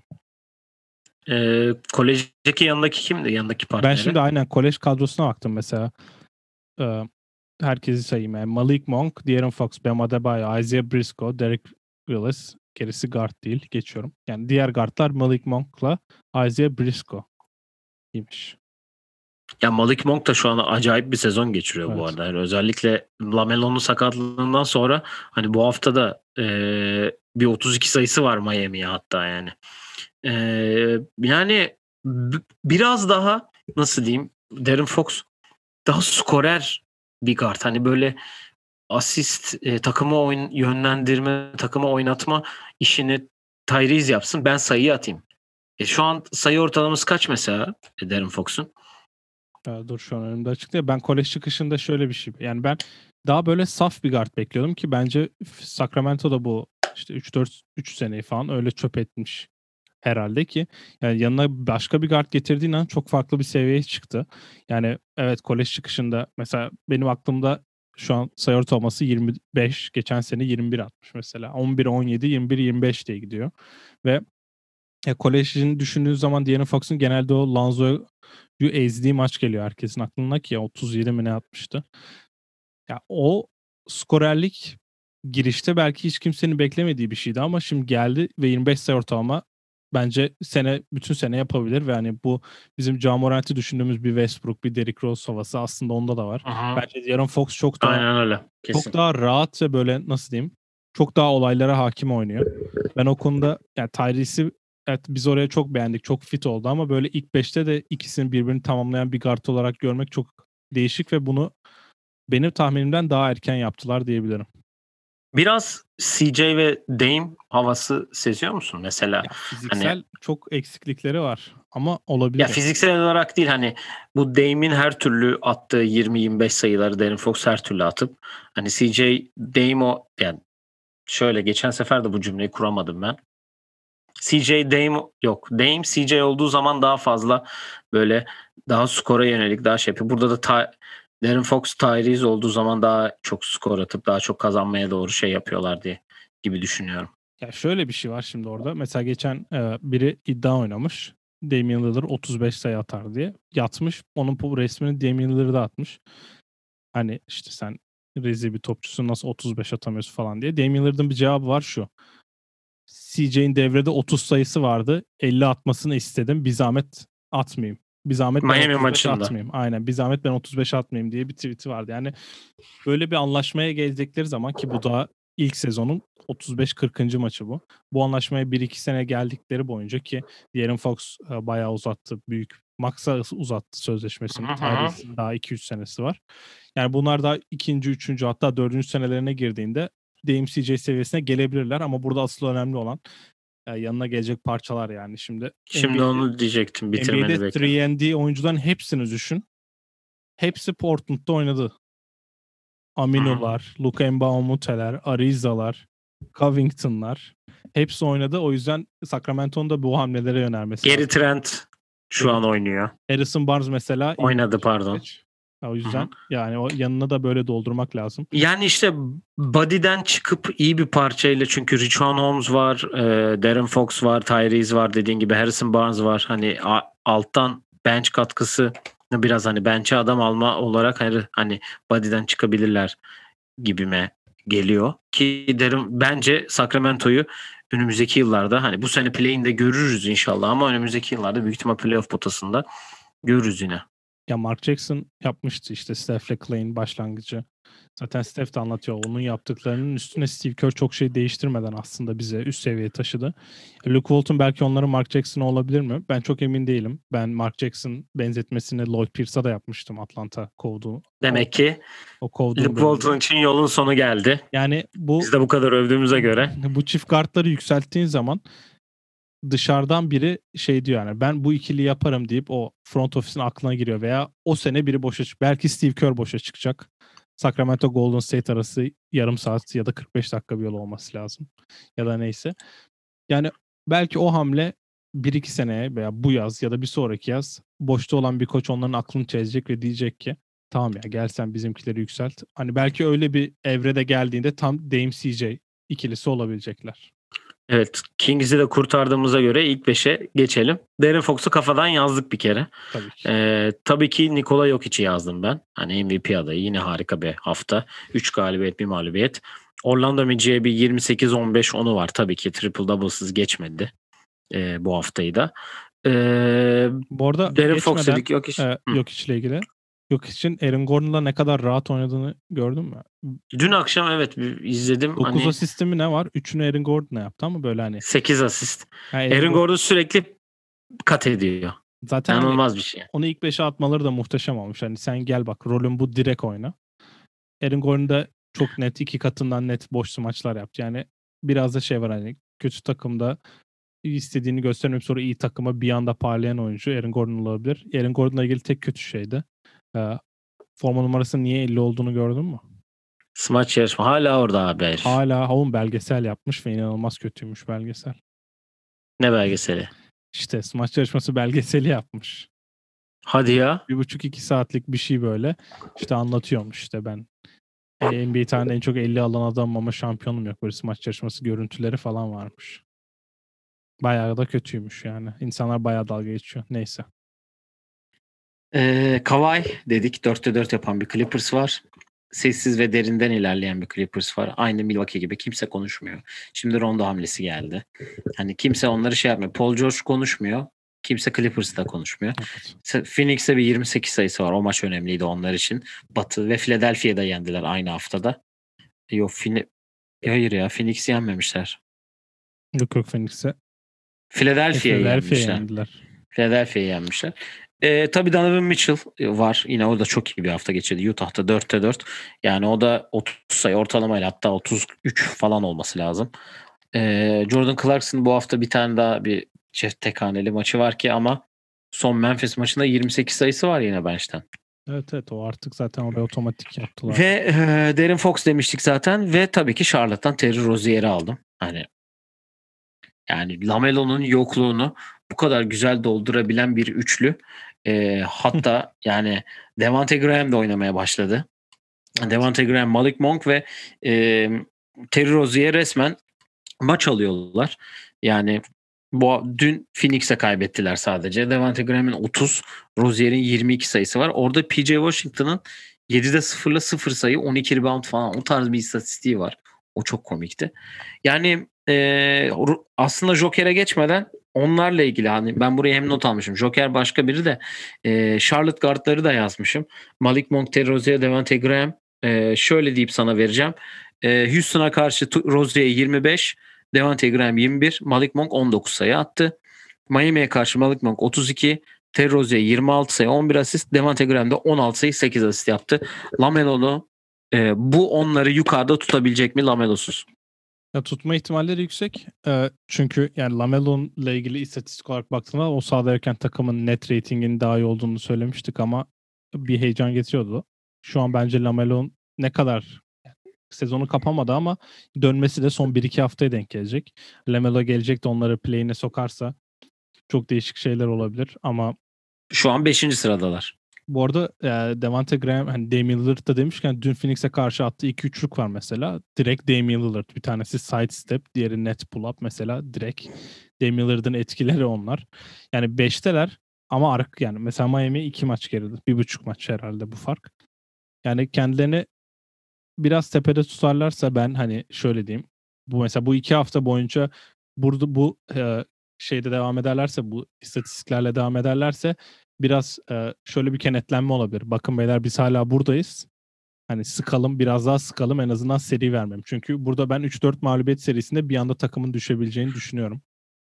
Ee, kolejdeki yanındaki kimdi? Yanındaki Ben partneri. şimdi aynen kolej kadrosuna baktım mesela. Ee, herkesi sayayım yani. Malik Monk, De'Aaron Fox, Bam Adebayo, Isaiah Briscoe, Derek Willis. Gerisi guard değil. Geçiyorum. Yani diğer guardlar Malik Monk'la Isaiah Briscoe imiş. Ya Malik Monk da şu an acayip bir sezon geçiriyor bu Evet. arada. Yani özellikle Lamelo'nun sakatlığından sonra hani bu hafta da e, bir otuz iki sayısı var Miami'ye hatta yani. E, yani b- biraz daha nasıl diyeyim De'Aaron Fox daha skorer bir guard. Hani böyle asist, e, takımı oyun yönlendirme, takımı oynatma işini Tyrese yapsın. Ben sayıyı atayım. E, şu an sayı ortalaması kaç mesela e, De'Aaron Fox'un? Ya dur şu an önümde açıkta. Ben kolej çıkışında şöyle bir şey. Yani ben daha böyle saf bir guard bekliyordum ki bence Sacramento'da bu işte üç dört üç seneyi falan öyle çöp etmiş herhalde ki yani yanına başka bir guard getirdiğin an çok farklı bir seviyeye çıktı. Yani evet kolej çıkışında mesela benim aklımda şu an sayı ortalaması yirmi beş, geçen sene yirmi bir atmış mesela. on bir on yedi yirmi bir yirmi beş diye gidiyor. Ve ya kolejini düşündüğün zaman De'Aaron Fox'un genelde o Lonzo'yu ezdiği maç geliyor herkesin aklına ki otuz yedi mi ne atmıştı. Ya o skorerlik girişte belki hiç kimsenin beklemediği bir şeydi ama şimdi geldi ve yirmi beş sayı ortalama bence sene bütün sene yapabilir ve hani bu bizim Ja Morant'i düşündüğümüz bir Westbrook, bir Derrick Rose havası aslında onda da var. Aha. Bence De'Aaron Fox çok daha Aynen öyle. çok Kesin. daha rahat ve böyle nasıl diyeyim çok daha olaylara hakim oynuyor. Ben o konuda yani Tyrese'i evet biz oraya çok beğendik. Çok fit oldu ama böyle ilk beşte de ikisini birbirini tamamlayan bir guard olarak görmek çok değişik ve bunu benim tahminimden daha erken yaptılar diyebilirim. Biraz C J ve Dame havası seziyor musun? Mesela Ya fiziksel hani çok eksiklikleri var ama olabilir ya yani. fiziksel olarak değil, hani bu Dame'in her türlü attığı yirmi yirmi beş sayıları De'Aaron Fox her türlü atıp hani C J Dame o yani şöyle geçen sefer de bu cümleyi kuramadım ben. C J Dame yok. Dame C J olduğu zaman daha fazla böyle daha skora yönelik daha şey yapıyor. Burada da Ta- De'Aaron Fox, Tyrese olduğu zaman daha çok skor atıp daha çok kazanmaya doğru şey yapıyorlar diye gibi düşünüyorum. Ya şöyle bir şey var şimdi orada. Mesela geçen e, biri iddia oynamış. Damian Lillard otuz beş sayı atar diye. Yatmış. Onun bu resmini Damian Lillard'a atmış. Hani işte sen rezil bir topçusun, nasıl otuz beş atamıyorsun falan diye. Damian Lillard'ın bir cevabı var şu. C J'in devrede otuz sayısı vardı. elli atmasını istedim. Bir zahmet atmayayım. Bir zahmet ben Miami otuz beş maçında. atmayayım. Aynen. Bir zahmet ben otuz beş atmayayım diye bir tweet'i vardı. Yani böyle bir anlaşmaya gelecekleri zaman, ki bu da ilk sezonun otuz beş kırkıncı maçı bu. Bu anlaşmaya bir iki sene geldikleri boyunca, ki De'Aaron Fox e, bayağı uzattı. Büyük Max'a uzattı sözleşmesini. Hı hı. Tyrese'in daha iki üç senesi var. Yani bunlar da ikinci, üçüncü hatta dördüncü senelerine girdiğinde Dame C J seviyesine gelebilirler ama burada asıl önemli olan e, yanına gelecek parçalar yani. Şimdi Şimdi N B A'de onu diyecektim. N B A'de Bitirmeni bekledim. üç and D oyuncuların hepsini düşün. Hepsi Portland'da oynadı. Aminu'lar, Luka Mbaumote'ler, Ariza'lar, Covington'lar hepsi oynadı. O yüzden Sacramento'nun da bu hamlelere yönelmesi Gary lazım. Trent şu Gary an oynuyor. Harrison Barnes mesela Oynadı pardon. ilginç. O Hı hı. yüzden yani o yanına da böyle doldurmak lazım. Yani işte body'den çıkıp iyi bir parçayla, çünkü Richaun Holmes var, e, De'Aaron Fox var, Tyrese var, dediğin gibi Harrison Barnes var. Hani a- alttan bench katkısı biraz, hani bench'e adam alma olarak hani, hani body'den çıkabilirler gibime geliyor. Ki derim bence Sacramento'yu önümüzdeki yıllarda, hani bu sene play'inde görürüz inşallah ama önümüzdeki yıllarda büyük ihtimal playoff potasında görürüz yine. Ya Mark Jackson yapmıştı işte Steph'le Clay'in başlangıcı. Zaten Steph de anlatıyor. Onun yaptıklarının üstüne Steve Kerr çok şey değiştirmeden aslında bize üst seviyeye taşıdı. Luke Walton belki onların Mark Jackson'ı olabilir mi? Ben çok emin değilim. Ben Mark Jackson benzetmesini Lloyd Pierce'a da yapmıştım Atlanta kovduğu. Demek ki O kovduğum Luke bölümde. Walton için yolun sonu geldi. Yani bu Biz de bu kadar övdüğümüze göre. bu çift guardları yükselttiğin zaman dışarıdan biri şey diyor, yani ben bu ikili yaparım deyip o front office'in aklına giriyor veya o sene biri boşa çık. Belki Steve Kerr boşa çıkacak. Sacramento Golden State arası yarım saat ya da kırk beş dakika bir yol olması lazım. Ya da neyse. Yani belki o hamle bir iki seneye veya bu yaz ya da bir sonraki yaz boşta olan bir koç onların aklını çözecek ve diyecek ki tamam ya gel sen bizimkileri yükselt. Hani belki öyle bir evrede geldiğinde tam Dame C J ikilisi olabilecekler. Evet, Kings'i de kurtardığımıza göre ilk beşe geçelim. De'Aaron Fox'u kafadan yazdık bir kere. Tabii ki. Ee, tabii ki Nikola Jokic'i yazdım ben. Hani M V P adayı, yine harika bir hafta. üç galibiyet, bir mağlubiyet. Orlando Magic'e bir yirmi sekiz on beş onu var. Tabii ki triple double'sız geçmedi e, bu haftayı da. Ee, Bu arada De'Aaron Fox geçmeden dedik, Jokic. e, Jokic'le ilgili. Jokic'in Aaron Gordon'la ne kadar rahat oynadığını gördün mü? Dün akşam evet bir izledim. dokuz Hani asistimi ne var? üçünü Aaron Gordon'a yaptı ama böyle hani. sekiz asist. Yani Aaron Aaron Gordon sürekli kat ediyor. zaten hani İnanılmaz bir şey. onu ilk beşe atmaları da muhteşem olmuş. Hani sen gel bak rolün bu, direkt oyna. Aaron Gordon da çok net iki katından net boş smaçlar yaptı. Yani biraz da şey var, hani kötü takımda istediğini göstermeyip sonra iyi takıma bir anda parlayan oyuncu Aaron Gordon olabilir. Aaron Gordon'la ilgili tek kötü şeydi. Ee, forma numarasının niye elli olduğunu gördün mü? Smaç yarışma hala orada abi herif. Hala Havun belgesel yapmış ve inanılmaz kötüymüş belgesel. Ne belgeseli? İşte smaç yarışması belgeseli yapmış. Hadi ya. Bir buçuk iki saatlik bir şey böyle. İşte anlatıyormuş işte ben N B A tarihinde en çok elli alan adamım ama şampiyonum yok. Böyle smaç yarışması görüntüleri falan varmış. Bayağı da kötüymüş yani. İnsanlar bayağı dalga geçiyor. Neyse. Ee, Kawhi dedik. dörtte dört yapan bir Clippers var. Sessiz ve derinden ilerleyen bir Clippers var. Aynı Milwaukee gibi kimse konuşmuyor. Şimdi Rondo hamlesi geldi. Hani kimse onları şey yapmıyor. Paul George konuşmuyor. Kimse Clippers'ta konuşmuyor. Evet. Phoenix'te bir yirmi sekiz sayısı var. O maç önemliydi onlar için. Batı ve Philadelphia'da yendiler aynı haftada. Yok Phoenix... Hayır ya, Phoenix'i yenmemişler. Yok yok Phoenix'e. Philadelphia'yı Philadelphia'yı yenmişler. yendiler. Philadelphia'yı yenmişler. E, tabii Donovan Mitchell var. Yine o da çok iyi bir hafta geçirdi. Utah'ta dörtte dört. Yani o da otuz sayı ortalamayla, hatta otuz üç falan olması lazım. E, Jordan Clarkson bu hafta bir tane daha bir çift tek haneli maçı var ki, ama son Memphis maçında yirmi sekiz sayısı var yine bench'ten. Evet evet, o artık zaten oraya otomatik yaptılar. Ve e, De'Aaron Fox demiştik zaten ve tabii ki Charlotte'tan Terry Rozier'i aldım. Hani yani LaMelo'nun yokluğunu bu kadar güzel doldurabilen bir üçlü. E, hatta yani Devonte Graham da oynamaya başladı. Evet. Devonte Graham, Malik Monk ve e, Terry Rozier resmen maç alıyorlar. Yani bu dün Phoenix'e kaybettiler sadece. Devonte Graham'in otuz, Rozier'in yirmi iki sayısı var. Orada P J Washington'ın yedide sıfırla sıfır sayı, on iki rebound falan, o tarz bir istatistiği var. O çok komikti. Yani e, aslında Joker'e geçmeden onlarla ilgili, hani ben buraya hem not almışım. Joker başka biri de e, Charlotte guardları da yazmışım. Malik Monk, Terry Rozier, Devonte Graham. E, şöyle deyip sana vereceğim. E, Houston'a karşı Rozier yirmi beş, Devonte Graham yirmi bir, Malik Monk on dokuz sayı attı. Miami'ye karşı Malik Monk otuz iki, Terry Rozier yirmi altı sayı, on bir asist, Devonte Graham de on altı sayı, sekiz asist yaptı. LaMelo'lu e, bu onları yukarıda tutabilecek mi LaMelo'suz? Ya tutma ihtimalleri yüksek. Ee, çünkü yani LaMelo'nun ilgili istatistik olarak baktığında o sahadayken takımın net ratinginin daha iyi olduğunu söylemiştik ama bir heyecan getiriyordu. Şu an bence LaMelo'nun ne kadar sezonu kapamadı ama dönmesi de son bir iki haftaya denk gelecek. LaMelo gelecek de onları play'ine sokarsa çok değişik şeyler olabilir ama Şu an beşinci sıradalar. bu arada e, Devonte Graham, hani Damian Lillard da demişken dün Phoenix'e karşı attığı iki üçlük var mesela. Direkt Damian Lillard. Bir tanesi side step, diğeri net pull up mesela. Direkt Damian Lillard'ın etkileri onlar. Yani beşteler ama ark, yani mesela Miami iki maç geride. Bir buçuk maç herhalde bu fark. Yani kendilerini biraz tepede tutarlarsa, ben hani şöyle diyeyim. Bu mesela bu iki hafta boyunca burada bu e, şeyde devam ederlerse, bu istatistiklerle devam ederlerse biraz e, şöyle bir kenetlenme olabilir. Bakın beyler, biz hala buradayız. Hani sıkalım, biraz daha sıkalım, en azından seri vermem. Çünkü burada ben üç dört mağlubiyet serisinde bir anda takımın düşebileceğini düşünüyorum.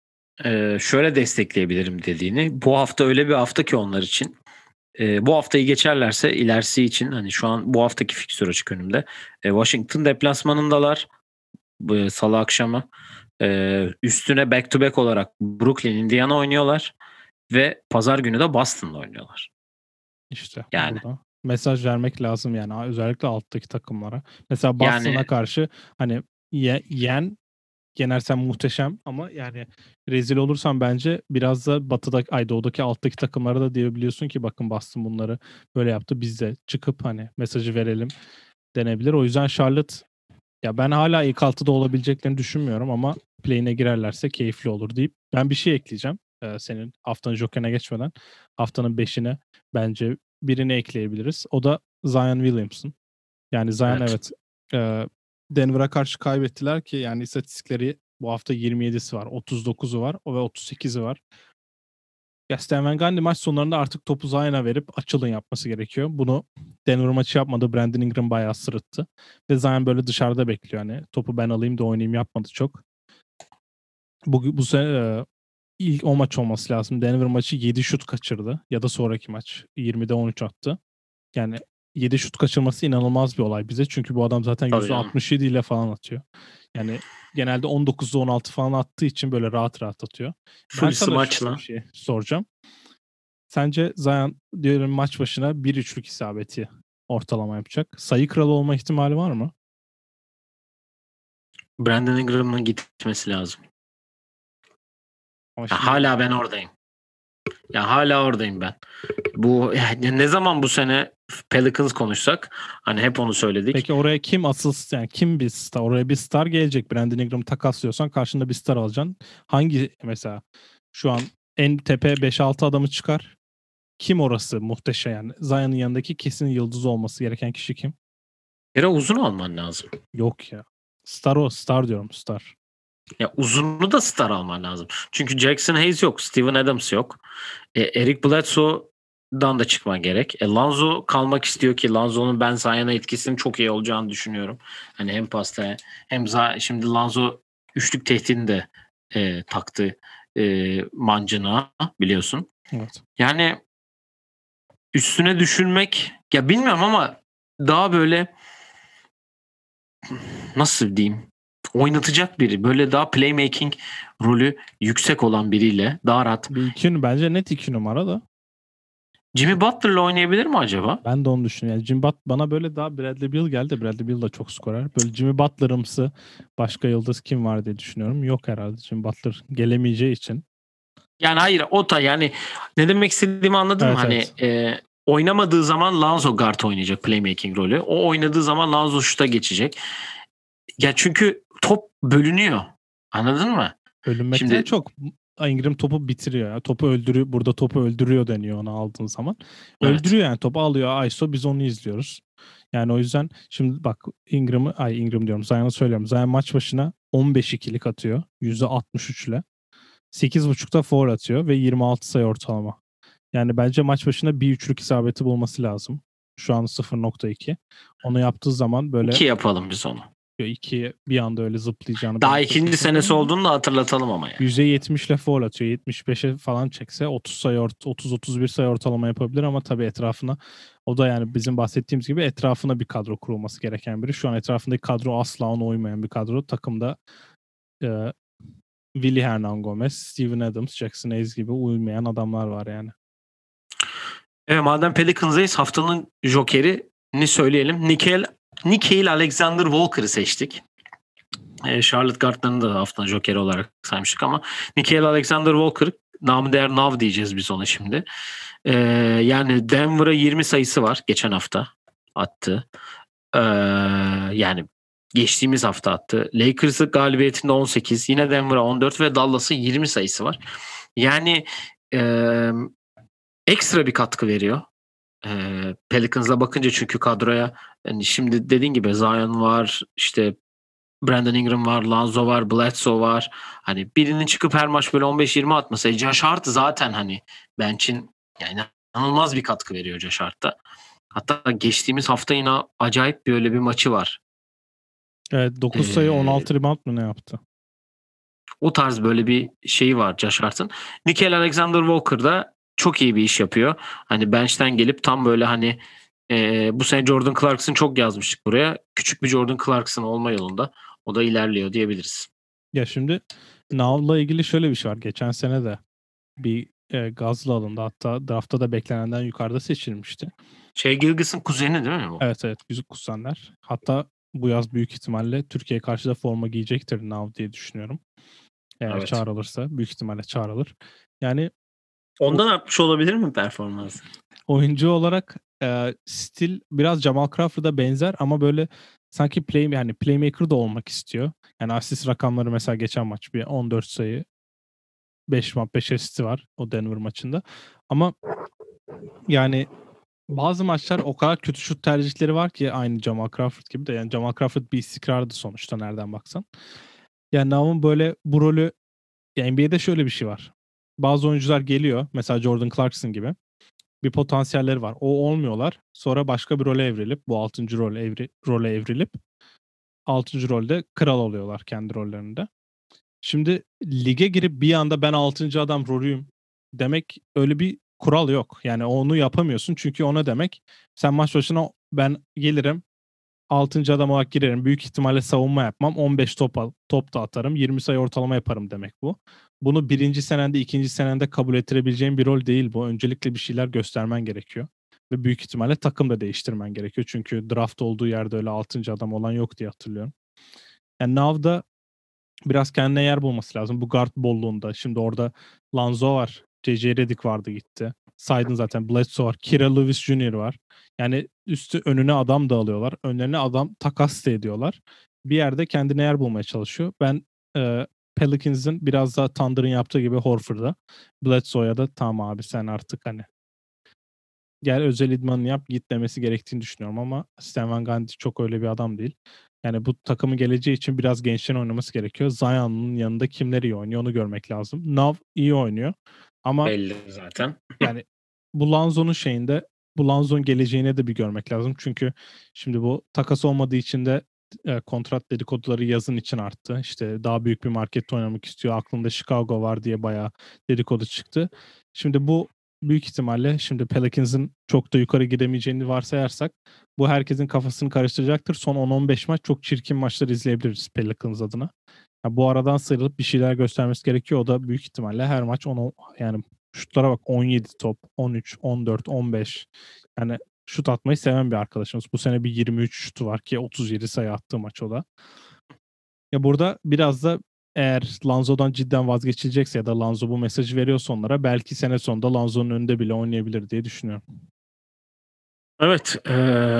Ee, şöyle destekleyebilirim dediğini. Bu hafta öyle bir hafta ki onlar için. Ee, bu haftayı geçerlerse ilerisi için, hani şu an bu haftaki fikstür açık önümde. Ee, Washington deplasmanındalar. Bu salı akşamı. Ee, üstüne back to back olarak Brooklyn, Indiana oynuyorlar ve pazar günü de Boston'la oynuyorlar. İşte Yani burada mesaj vermek lazım yani, özellikle alttaki takımlara. Mesela Boston'a yani karşı hani ye, yen yenersen muhteşem ama yani rezil olursan bence biraz da batıda, ay doğudaki alttaki takımlara da diyebiliyorsun ki bakın Boston bunları böyle yaptı, biz de çıkıp hani mesajı verelim denebilir. O yüzden Charlotte, ya ben hala ilk altıda olabileceklerini düşünmüyorum ama play'ine girerlerse keyifli olur deyip ben bir şey ekleyeceğim. Ee, senin haftanın Joker'ine geçmeden haftanın beşine bence birini ekleyebiliriz. O da Zion Williamson. Yani Zion, evet. evet, e, Denver'a karşı kaybettiler ki yani istatistikleri bu hafta yirmi yedisi var, otuz dokuzu var ve otuz sekizi var. Ya Stan Van Gundy maç sonlarında artık topu Zion'a verip açılın yapması gerekiyor. Bunu Denver maçı yapmadı. Brandon Ingram bayağı sırıttı. Ve Zion böyle dışarıda bekliyor. Hani topu ben alayım da oynayayım yapmadı çok. Bu, bu sene e, ilk o maç olması lazım. Denver maçı yedi şut kaçırdı. Ya da sonraki maç yirmide on üç attı. Yani yedi şut kaçırması inanılmaz bir olay bize. Çünkü bu adam zaten Tabii canım. yüzde altmış yedi ile falan atıyor. Yani genelde on dokuzda on altı falan attığı için böyle rahat rahat atıyor. Ben Full sana şöyle bir smaçla. şey soracağım. Sence Zion diyelim maç başına bir üçlük isabeti ortalama yapacak. Sayı kralı olma ihtimali var mı? Brandon Ingram'ın gitmesi lazım. Ama Ya şimdi hala ben oradayım. Ya hala oradayım ben. Bu yani ne zaman bu sene Pelicans konuşsak, hani hep onu söyledik. peki oraya kim asıl, yani kim bir star? Oraya bir star gelecek. Brandon Ingram'ı takaslıyorsan karşında bir star alacaksın. Hangi mesela şu an en tepe beş altı adamı çıkar. Kim orası muhteşem yani? Zion'ın yanındaki kesin yıldız olması gereken kişi kim? Bir kere uzun olman lazım. Yok ya. Star o. Star diyorum, star. Ya uzunlu da star alman lazım. Çünkü Jackson Hayes yok. Steven Adams yok. E, Eric Bledsoe'dan da çıkman gerek. E, Lonzo kalmak istiyor ki Lonzo'nun ben Zion'a etkisinin çok iyi olacağını düşünüyorum. Hani hem pasta hem za- şimdi Lonzo üçlük tehdidini de e, taktı e, mancına, biliyorsun. Evet. Yani üstüne düşünmek ya bilmiyorum ama daha böyle nasıl diyeyim oynatacak biri böyle daha playmaking rolü yüksek olan biriyle daha rahat. Bir iki, bence net iki numara da. Jimmy Butler'la oynayabilir mi acaba? Ben de onu düşünüyorum. Yani Jimmy Butler bana böyle daha Bradley Beal geldi. Bradley Beal da çok skorer. Böyle Jimmy Butler'ımsı başka yıldız kim var diye düşünüyorum. Yok herhalde. Jimmy Butler gelemeyeceği için. Yani hayır o da yani ne demek istediğimi anladın mı? Evet, Hani evet. e, oynamadığı zaman Lonzo guard oynayacak playmaking rolü. O oynadığı zaman Lonzo şuta geçecek. Ya çünkü top bölünüyor. Anladın mı? Bölünmekten Şimdi çok Ingram topu bitiriyor. Ya. Topu öldürüyor. Burada topu öldürüyor deniyor onu aldığın zaman. evet. Öldürüyor yani. Topu alıyor I S O, biz onu izliyoruz. Yani o yüzden şimdi bak Ingram'ı ay Ingram diyorum. Zion'ı söylüyorum. Zion maç başına on beş ikilik atıyor. yüzde altmış üç ile. sekiz buçukta foul atıyor ve yirmi altı sayı ortalama. Yani bence maç başına bir üçlük isabeti bulması lazım. Şu an sıfır nokta iki. Onu yaptığı zaman böyle İki yapalım biz onu. iki bir anda öyle zıplayacağını Daha ben ikinci kesin senesi sanmıyorum ama olduğunu da hatırlatalım ama yani. yüzde yetmiş ile foul atıyor. yetmiş beşe falan çekse otuz sayı otuz otuz bir sayı ortalama yapabilir ama tabii etrafına o da yani bizim bahsettiğimiz gibi etrafına bir kadro kurulması gereken biri. Şu an etrafındaki kadro asla ona uymayan bir kadro. Takımda e, Willy Hernangomez, Steven Adams, Jackson Hayes gibi uymayan adamlar var yani. Evet madem Pelicans'dayız haftanın jokerini söyleyelim. Nickel Nickeil Alexander Walker'ı seçtik. Ee, Charlotte Gardner'ın da haftanın jokeri olarak saymıştık ama Nickeil Alexander Walker namı değer Nav diyeceğiz biz ona şimdi. Ee, yani Denver'a yirmi sayısı var geçen hafta attı. Ee, yani geçtiğimiz hafta attı. Lakers'ı galibiyetinde on sekiz, yine Denver'a on dört ve Dallas'ı yirmi sayısı var. Yani e, ekstra bir katkı veriyor. E, Pelicans'la bakınca çünkü kadroya yani şimdi dediğin gibi Zion var, işte Brandon Ingram var, Lonzo var, Bledsoe var. Hani birinin çıkıp her maç böyle on beş yirmi atmasa Josh Hart zaten hani bench'in yani inanılmaz bir katkı veriyor Josh Hart'ta. Hatta geçtiğimiz hafta yine acayip bir öyle bir maçı var. Evet, dokuz sayı on altı rebound mı ne yaptı? O tarz böyle bir şeyi var Josh Hart'ın. Nickeil Alexander Walker da çok iyi bir iş yapıyor. Hani bench'ten gelip tam böyle hani e, bu sene Jordan Clarkson çok yazmıştık buraya. Küçük bir Jordan Clarkson olma yolunda. O da ilerliyor diyebiliriz. Ya şimdi Now'la ilgili şöyle bir şey var. Geçen sene de bir e, gazla alındı. Hatta draftta da beklenenden yukarıda seçilmişti. Şey Gilgis'in kuzeni değil mi bu? Evet, evet, yüzük kusanlar. Hatta bu yaz büyük ihtimalle Türkiye karşı da forma giyecektir Now diye düşünüyorum. Eğer Evet. çağrılırsa büyük ihtimalle çağrılır. Yani Ondan artmış olabilir mi performans? oyuncu olarak e, stil biraz Jamal Crawford'a benzer ama böyle sanki play yani playmaker da olmak istiyor. Yani asist rakamları mesela geçen maç bir on dört sayı, beş maç beş asisti var o Denver maçında. Ama yani bazı maçlar o kadar kötü şut tercihleri var ki aynı Jamal Crawford gibi de yani Jamal Crawford bir istikrardı sonuçta nereden baksan. Yani Nav'ın böyle bu rolü ya N B A'de şöyle bir şey var. Bazı oyuncular geliyor mesela Jordan Clarkson gibi. Bir potansiyelleri var. O olmuyorlar. Sonra başka bir role evrilip bu altıncı rol evri, role evrilip altıncı rolde kral oluyorlar kendi rollerinde. Şimdi lige girip bir anda ben altıncı adam rolüyüm demek öyle bir kural yok. Yani onu yapamıyorsun çünkü ona demek sen maç başına ben gelirim altıncı adam olarak girerim. Büyük ihtimalle savunma yapmam. on beş top, al, top da atarım. yirmi sayı ortalama yaparım demek bu. Bunu birinci senende, ikinci senende kabul ettirebileceğin bir rol değil bu. Öncelikle bir şeyler göstermen gerekiyor. Ve büyük ihtimalle takım da değiştirmen gerekiyor. Çünkü draft olduğu yerde öyle altıncı adam olan yok diye hatırlıyorum. Yani Now'da biraz kendine yer bulması lazım. Bu guard bolluğunda. Şimdi orada Lonzo var. J J Redick vardı gitti. Saydın zaten. Bledsoe var. Kira Lewis Junior var. Yani üstü önüne adam da alıyorlar. Önlerine adam takas da ediyorlar. Bir yerde kendine yer bulmaya çalışıyor. Ben e, Pelicans'ın biraz daha Thunder'ın yaptığı gibi Horford'a. Bledsoe'ya da tamam abi sen artık hani gel özel idmanını yap git demesi gerektiğini düşünüyorum ama Stan Van Gundy çok öyle bir adam değil. Yani bu takımın geleceği için biraz gençlerin oynaması gerekiyor. Zion'un yanında kimler iyi oynuyor onu görmek lazım. Nav iyi oynuyor ama Belli zaten. yani bu Lonzo'nun şeyinde bu Lonzo'nun geleceğine de bir görmek lazım. Çünkü şimdi bu takas olmadığı için de e, kontrat dedikoduları yazın için arttı. İşte daha büyük bir markette oynamak istiyor. Aklında Chicago var diye bayağı dedikodu çıktı. Şimdi bu büyük ihtimalle şimdi Pelicans'ın çok da yukarı gidemeyeceğini varsayarsak bu herkesin kafasını karıştıracaktır. Son on on beş maç çok çirkin maçlar izleyebiliriz Pelicans adına. Ya bu aradan sıyrılıp bir şeyler göstermesi gerekiyor. O da büyük ihtimalle her maç on yani şutlara bak on yedi top, on üç, on dört, on beş. Yani şut atmayı seven bir arkadaşımız. Bu sene bir yirmi üç şutu var ki otuz yedi sayı attığı maç o da. Ya burada biraz da eğer Lonzo'dan cidden vazgeçilecekse ya da Lonzo bu mesajı veriyorsa onlara belki sene sonunda Lonzo'nun önünde bile oynayabilir diye düşünüyorum. Evet. eee,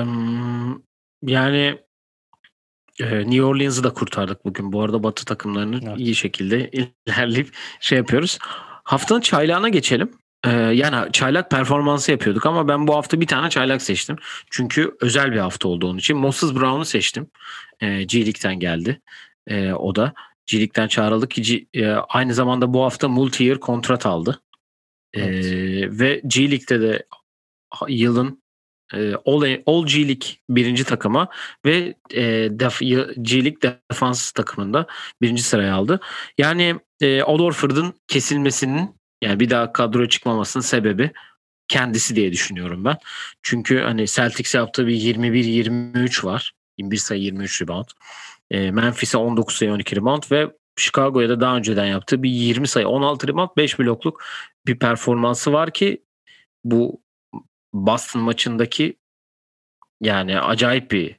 yani e, New Orleans'ı da kurtardık bugün. Bu arada Batı takımlarını Evet. iyi şekilde ilerleyip şey yapıyoruz. Haftanın çaylağına geçelim. Ee, yani çaylak performansı yapıyorduk ama ben bu hafta bir tane çaylak seçtim. Çünkü özel bir hafta oldu onun için. Moses Brown'u seçtim. Ee, G League'den geldi. Ee, o da G League'den çağrıldı ki G- e, aynı zamanda bu hafta multi-year kontrat aldı. Ee, Evet. Ve G League'de de ha- yılın e, All, All G League birinci takıma ve e, def, y- G League defans takımında birinci sıraya aldı. Yani e, Al Horford'un kesilmesinin yani bir daha kadroya çıkmamasının sebebi kendisi diye düşünüyorum ben. Çünkü hani Celtics'e yaptığı bir yirmi bir yirmi üç var. yirmi bir sayı yirmi üç rebound. E, Memphis'e on dokuz sayı on iki rebound ve Chicago'ya da daha önceden yaptığı bir yirmi sayı on altı rebound beş blokluk bir performansı var ki bu Boston maçındaki yani acayip bir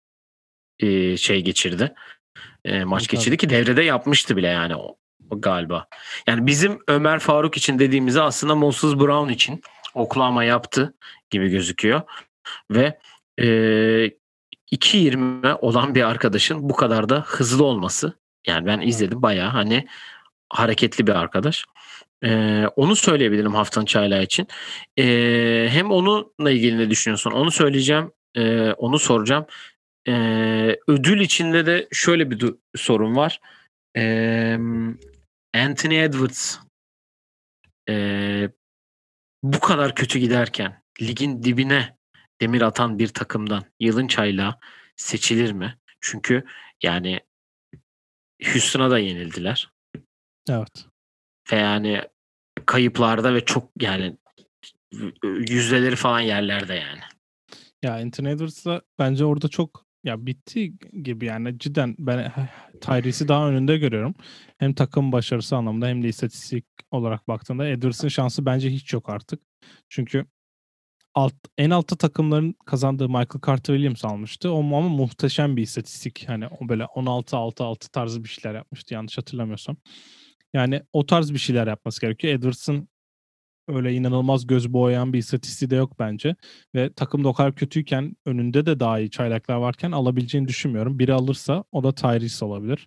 e, şey geçirdi. E, maç Tabii, geçirdi ki devrede yapmıştı bile yani o, o galiba. Yani bizim Ömer Faruk için dediğimizi aslında Moses Brown için Oklahoma yaptı gibi gözüküyor. Ve e, iki yirmi olan bir arkadaşın bu kadar da hızlı olması. Yani ben izledim bayağı hani hareketli bir arkadaş. Ee, onu söyleyebilirim haftanın çaylağı için. Ee, hem onunla ilgili ne düşünüyorsun? Onu söyleyeceğim. Ee, onu soracağım. Ee, ödül içinde de şöyle bir du- sorun var. Ee, Anthony Edwards ee, bu kadar kötü giderken ligin dibine demir atan bir takımdan yılın çaylağı seçilir mi? Çünkü yani Houston'a da yenildiler. Evet. Ve yani kayıplarda ve çok yani yüzdeleri falan yerlerde yani. Ya Anthony Edwards da bence orada çok ya bitti gibi yani cidden ben Tyrese'i daha önünde görüyorum. Hem takım başarısı anlamında hem de istatistik olarak baktığında Edwards'ın şansı bence hiç yok artık. Çünkü alt, en altta takımların kazandığı Michael Carter Williams almıştı. O ama muhteşem bir istatistik. Hani o böyle on altı altı altı tarzı bir şeyler yapmıştı yanlış hatırlamıyorsam. Yani o tarz bir şeyler yapması gerekiyor. Edwards'ın öyle inanılmaz göz boyayan bir istatistiği de yok bence. Ve takım da o kadar kötüyken önünde de daha iyi çaylaklar varken alabileceğini düşünmüyorum. Biri alırsa o da Tyrese olabilir.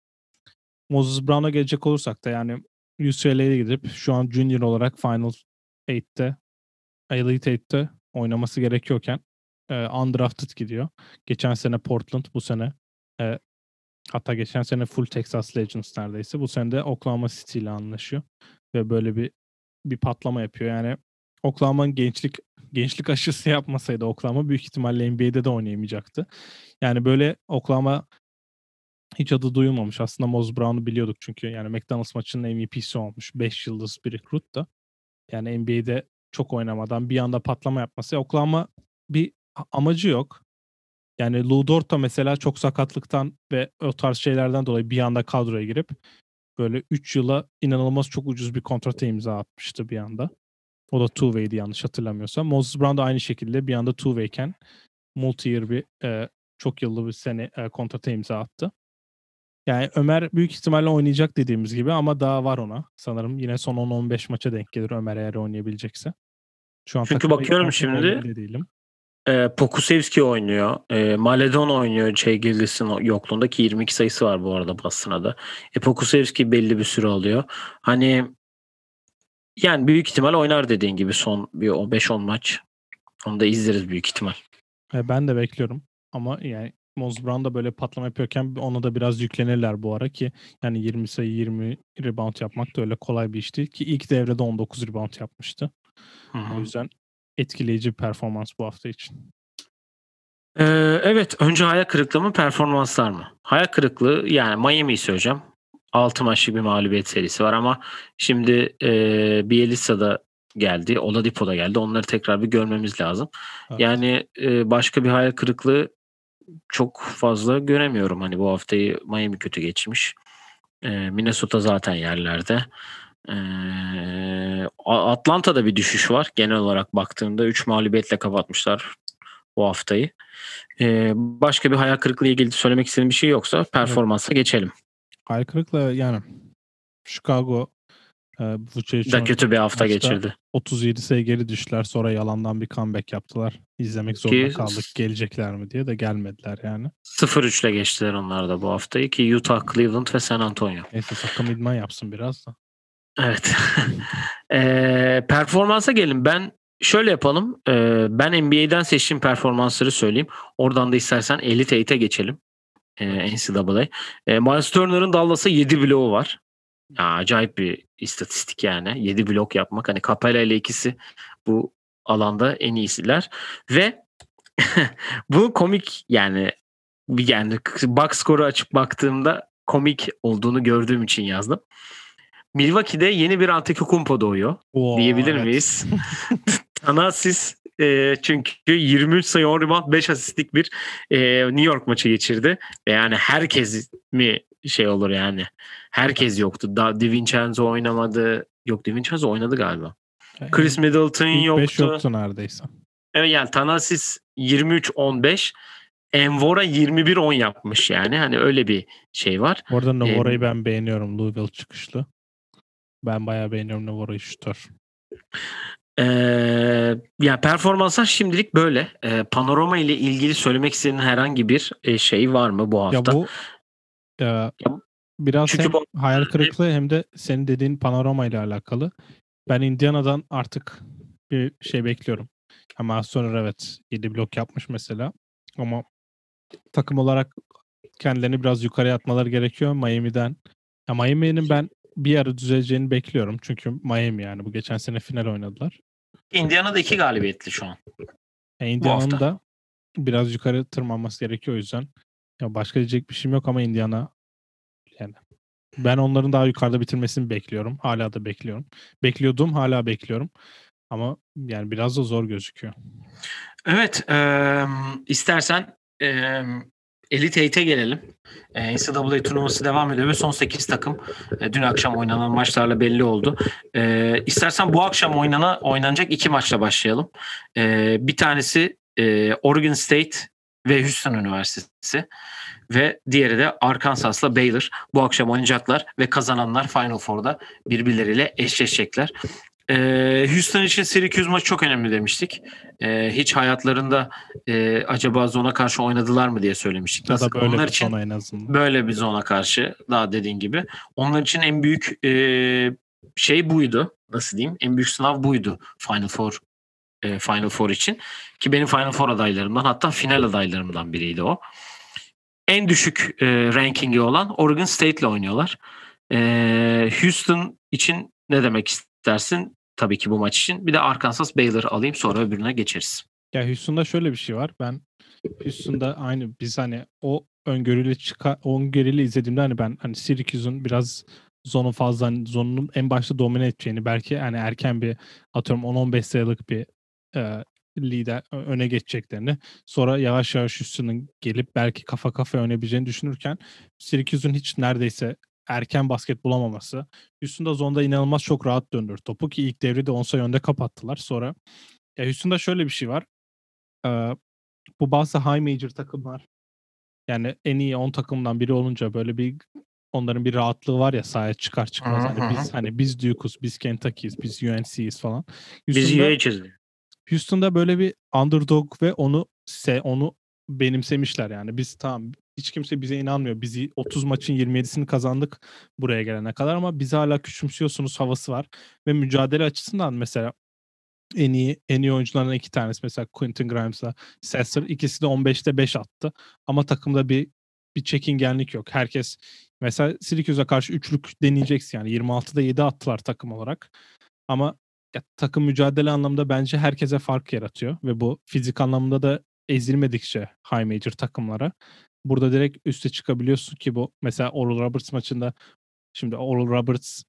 Moses Brown'a gelecek olursak da yani U C L A'ya gidip şu an junior olarak Final sekizde Elite sekizde oynaması gerekiyorken e, undrafted gidiyor. Geçen sene Portland, bu sene e, hatta geçen sene full Texas Legends neredeyse. Bu sene de Oklahoma City ile anlaşıyor. Ve böyle bir bir patlama yapıyor. Yani Oklahoma'nın gençlik gençlik aşısı yapmasaydı Oklahoma büyük ihtimalle N B A'de de oynayamayacaktı. Yani böyle Oklahoma hiç adı duyulmamış. Aslında Moses Brown'u biliyorduk çünkü yani McDonald's maçının M V P'si olmuş. beş yıldız bir recruit da. Yani N B A'de çok oynamadan bir anda patlama yapması. Oklahoma bir amacı yok. Yani Lou Dort da mesela çok sakatlıktan ve o tarz şeylerden dolayı bir anda kadroya girip böyle üç yıla inanılmaz çok ucuz bir kontrata imza atmıştı bir anda. O da two-way'di yanlış hatırlamıyorsam. Moses Brown da aynı şekilde bir anda two-way'ken multi-year bir e, çok yıllı bir sene e, kontrata imza attı. Yani Ömer büyük ihtimalle oynayacak dediğimiz gibi ama daha var ona. Sanırım yine son on on beş maça denk gelir Ömer eğer oynayabilecekse. Şu an Çünkü takıma bakıyorum yüklenecek mi emin şimdi de değilim. e, Pokusevski oynuyor. E, Maledon oynuyor Jay Gildis'in yokluğunda ki yirmi iki sayısı var bu arada Boston'a da. E, Pokusevski belli bir süre alıyor. Hani yani büyük ihtimal oynar dediğin gibi son bir o beş on maç. Onu da izleriz büyük ihtimal. E, ben de bekliyorum. Ama yani Moses Brown da böyle patlama yapıyorken ona da biraz yüklenirler bu ara ki yani yirmi sayı yirmi rebound yapmak da öyle kolay bir iş değil ki ilk devrede on dokuz rebound yapmıştı. Hı hı. O yüzden etkileyici bir performans bu hafta için. Ee, evet önce hayal kırıklığı mı performanslar mı? Hayal kırıklığı yani Miami'yi söyleyeceğim. altı maçlık bir mağlubiyet serisi var ama şimdi e, Bielitsa'da geldi. Oladipo da geldi. Onları tekrar bir görmemiz lazım. Evet. Yani e, başka bir hayal kırıklığı çok fazla göremiyorum. Hani bu haftayı Miami kötü geçmiş. E, Minnesota zaten yerlerde. E, Atlanta'da bir düşüş var. Genel olarak baktığımda üç mağlubiyetle kapatmışlar bu haftayı. E, başka bir hayal kırıklığı ile ilgili söylemek istediğim bir şey yoksa performansa geçelim. Hayal kırıklığı yani Chicago e, Vucevic Da kötü bir hafta maçta geçirdi. otuz yedi sayı geri düştüler. Sonra yalandan bir comeback yaptılar. İzlemek zorunda Ki kaldık. Gelecekler mi diye de gelmediler yani. sıfır üç ile geçtiler onlar da bu haftayı ki Utah, Cleveland ve San Antonio. Neyse takım idman yapsın biraz da. Evet. e, performansa gelin. Ben şöyle yapalım. E, ben N B A'den seçtiğim performansları söyleyeyim. Oradan da istersen Elite eight'e geçelim. E, N C A A. E, Miles Turner'ın Dallas'a yedi bloğu var. Ya, acayip bir istatistik yani. yedi blok yapmak. Hani Capela ile ikisi bu alanda en iyisiler. Ve bu komik yani yani box score'u açıp baktığımda komik olduğunu gördüğüm için yazdım. Milwaukee'de yeni bir Antetokounmpo doğuyor Oo, diyebilir evet. miyiz? Thanasis e, çünkü yirmi üç sayı on rebound beş asistlik bir e, New York maçı geçirdi. Ve yani herkes mi şey olur yani. Herkes Evet. yoktu. Da DiVincenzo oynamadı. Yok DiVincenzo oynadı galiba. Yani Chris Middleton ilk beş yoktu. yoktu neredeyse. Evet yani Thanasis yirmi üç on beş. Envora yirmi bir on yapmış yani. Hani öyle bir şey var. Bu arada Navarro'yu Ee, ben beğeniyorum. Louisville çıkışlı. Ben bayağı beğeniyorum Navarro'yu şutör. Ee, yani performanslar şimdilik böyle. Ee, panorama ile ilgili söylemek istediğin herhangi bir e, şey var mı bu hafta? Ya bu e, Ya, biraz çünkü hem bu, hayal kırıklığı hem de senin dediğin panorama ile alakalı. Ben Indiana'dan artık bir şey bekliyorum. Ama sonra evet yedi blok yapmış mesela. Ama takım olarak kendilerini biraz yukarıya atmaları gerekiyor Miami'den. Ya Miami'nin ben bir ara düzeleceğini bekliyorum. Çünkü Miami yani bu geçen sene final oynadılar. Indiana'da iki galibiyetli şu an. Ya Bu Indiana'nın hafta. da biraz yukarı tırmanması gerekiyor o yüzden. Ya başka diyecek bir şeyim yok ama Indiana yani ben onların daha yukarıda bitirmesini bekliyorum. Hala da bekliyorum. Bekliyordum, hala bekliyorum. Ama yani biraz da zor gözüküyor. Evet. E, istersen e, Elite eight'e gelelim. E, N C A A turnuvası devam ediyor ve son sekiz takım e, dün akşam oynanan maçlarla belli oldu. E, istersen bu akşam oynana, oynanacak iki maçla başlayalım. E, bir tanesi e, Oregon State ve Houston Üniversitesi ve diğeri de Arkansas'la Baylor. Bu akşam oynayacaklar ve kazananlar Final Four'da birbirleriyle eşleşecekler. Ee, Houston için Syracuse maçı çok önemli demiştik. Ee, hiç hayatlarında e, acaba zona karşı oynadılar mı diye söylemiştik. Ya Nasıl? da böyle Onlar bir için sona en azından. böyle bir zona karşı daha dediğin gibi. Onlar için en büyük e, şey buydu. Nasıl diyeyim? En büyük sınav buydu Final Four e, Final Four için. Ki benim Final Four adaylarımdan hatta final adaylarımdan biriydi o. En düşük e, rankingi olan Oregon State ile oynuyorlar. E, Houston için ne demek istersin? Tabii ki bu maç için. Bir de Arkansas Baylor alayım sonra öbürüne geçeriz. Ya Houston'da şöyle bir şey var. Ben Houston'da aynı biz hani o öngörüyle çıka o öngörüyle izlediğimde hani ben hani Syracuse'un biraz zonu fazla hani zonunun en başta domine edeceğini belki hani erken bir atıyorum on on beş sayılık bir e, lider öne geçeceklerini sonra yavaş yavaş Houston'ın gelip belki kafa kafaya oynayabileceğini düşünürken Syracuse'un hiç neredeyse erken basket bulamaması. Houston'da zonda inanılmaz çok rahat döndürdü topu ki ilk devri de on sayı önde kapattılar. Sonra ya Houston'da şöyle bir şey var. Ee, bu bazı high major takımlar yani en iyi on takımdan biri olunca böyle bir onların bir rahatlığı var ya sahaya çıkar çıkmaz. Hani biz hani biz Duke'uz, biz Kentucky'yiz, biz U N C'yiz falan. Biz Houston'da U H S'di. Houston'da böyle bir underdog ve onu se onu benimsemişler yani. Biz tamam hiç kimse bize inanmıyor. Bizi otuz maçın yirmi yedisini kazandık buraya gelene kadar ama bizi hala küçümsüyorsunuz havası var. Ve mücadele açısından mesela en iyi en iyi oyuncularından iki tanesi mesela Quentin Grimes'la Sasser ikisi de on beşte beş attı. Ama takımda bir bir çekingenlik yok. Herkes mesela Syracuse'a karşı üçlük deneyeceksin yani yirmi altıda yedi attılar takım olarak. Ama ya, takım mücadele anlamında bence herkese fark yaratıyor ve bu fizik anlamında da ezilmedikçe high major takımlara burada direkt üste çıkabiliyorsun ki bu mesela Oral Roberts maçında şimdi Oral Roberts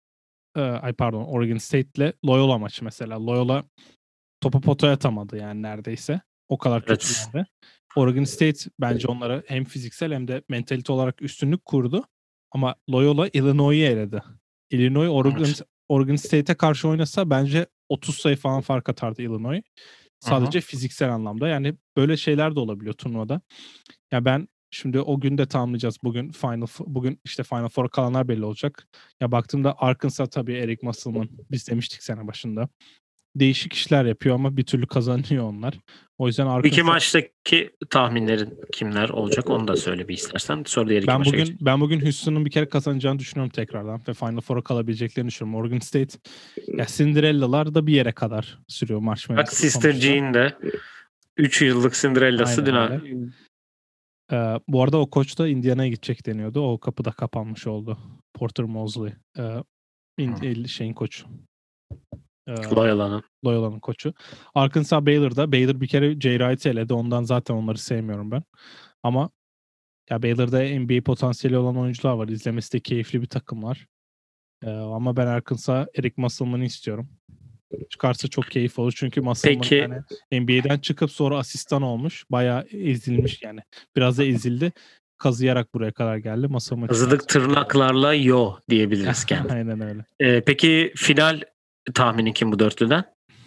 e, ay pardon Oregon State'le Loyola maçı mesela. Loyola topu potaya atamadı yani neredeyse. O kadar Evet. kötülerdi. Oregon State bence onlara hem fiziksel hem de mentalite olarak üstünlük kurdu. Ama Loyola Illinois'u eledi. Illinois Oregon, Evet. Oregon State'e karşı oynasa bence otuz sayı falan fark atardı Illinois. Sadece Hı hı. fiziksel anlamda. Yani böyle şeyler de olabiliyor turnuvada. Ya ben şimdi o gün de tamamlayacağız. Bugün Final bugün işte Final Four'a kalanlar belli olacak. Ya baktığımda Arkansas tabii Eric Musselman biz demiştik sene başında. Değişik işler yapıyor ama bir türlü kazanıyor onlar. O yüzden Bu iki Arkansas maçtaki tahminlerin kimler olacak onu da söyle bir istersen. Sonra diğer iki ben maça bugün geçelim. ben bugün Houston'un bir kere kazanacağını düşünüyorum tekrardan ve Final Four'a kalabileceklerini düşünüyorum. Oregon State ya Cinderella'lar da bir yere kadar sürüyor maç Bak menüsü Sister sonuçta. Jean de üç yıllık Cinderella'sı Aynen dün öyle. Ee, bu arada o koç da Indiana'ya gidecek deniyordu. O kapı da kapanmış oldu. Porter Mosley. Ee, Indi- şeyin koçu. Ee, Loyola'nın. Loyola'nın koçu. Arkansas Baylor'da. Baylor bir kere Jay Wright'ı eledi. Ondan zaten onları sevmiyorum ben. Ama ya Baylor'da N B A potansiyeli olan oyuncular var. İzlemesi de keyifli bir takım var. Ee, ama ben Arkansas Eric Musselman'ı istiyorum. Çıkarsa çok keyif olur. Çünkü Musselman Peki yani N B A'den çıkıp sonra asistan olmuş. Bayağı ezilmiş yani. Biraz da ezildi. Kazıyarak buraya kadar geldi. Musselman kazıdık çıkarsa. tırnaklarla yo diyebiliriz kendi. Aynen öyle. Ee, peki final tahmini kim bu dörtlüden?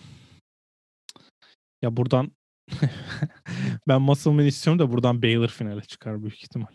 Ya buradan ben Musselman istiyorum da buradan Baylor finale çıkar büyük ihtimal.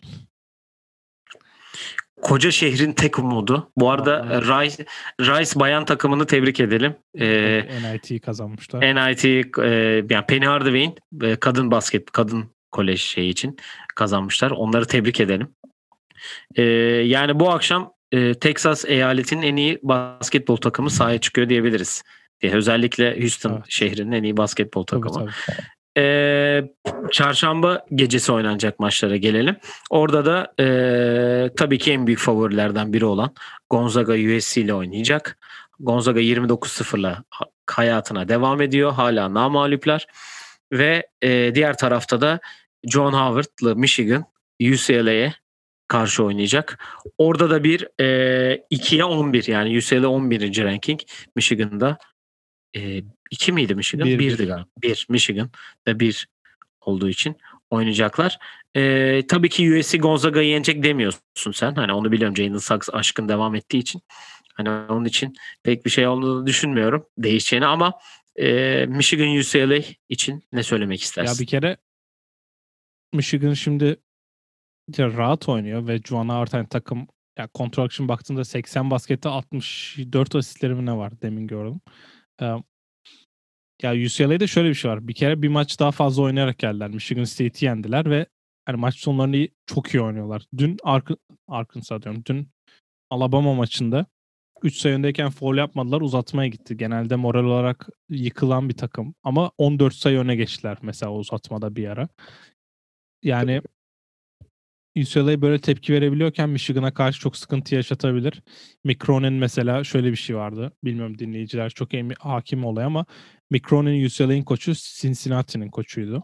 Koca şehrin tek umudu. Bu arada Vallahi. Rice, Rice bayan takımını tebrik edelim. Ee, N I T'yi kazanmışlar. N I T e, yani Penny Hardaway'in e, kadın basket, kadın kolej şeyi için kazanmışlar. Onları tebrik edelim. Ee, yani bu akşam e, Texas eyaletinin en iyi basketbol takımı sahaya çıkıyor diyebiliriz. E, özellikle Houston Evet. şehrinin en iyi basketbol Tabii takımı. tabii. Ee, çarşamba gecesi oynanacak maçlara gelelim. Orada da e, tabii ki en büyük favorilerden biri olan Gonzaga U S C ile oynayacak. Gonzaga yirmi dokuz sıfırla hayatına devam ediyor. Hala namağluplar. Ve e, diğer tarafta da John Howard'lı Michigan U C L A'ye karşı oynayacak. Orada da bir e, ikiye on bir yani U C L A on birinci ranking Michigan'da e, iki miydi Michigan? Bir, birdi bir. galiba. bir Michigan da bir olduğu için oynayacaklar. E, tabii ki U S C Gonzaga'yı yenecek demiyorsun sen. Hani onu biliyorum. Jalen Suggs aşkın devam ettiği için. Hani onun için pek bir şey olduğunu düşünmüyorum değişeceğini ama e, Michigan U C L A için ne söylemek istersin? Ya bir kere Michigan şimdi ya rahat oynuyor ve Juwan Howard takım ya kontrol action baktığında seksen baskette altmış dört asistleri mi ne var demin gördüm. Ee, ya U C L A'de şöyle bir şey var. Bir kere bir maç daha fazla oynayarak geldiler. Michigan State'i yendiler ve yani maç sonlarını çok iyi oynuyorlar. Dün Ark Arkansas diyorum. Dün Alabama maçında üç sayı öndeyken foul yapmadılar. Uzatmaya gitti. Genelde moral olarak yıkılan bir takım. Ama on dört sayı öne geçtiler mesela uzatmada bir ara. Yani U C L A böyle tepki verebiliyorken Michigan'a karşı çok sıkıntı yaşatabilir. Mick Cronin mesela şöyle bir şey vardı. Bilmiyorum dinleyiciler çok emi, hakim olay ama Mick Cronin U C L A'nin koçu Cincinnati'nin koçuydu.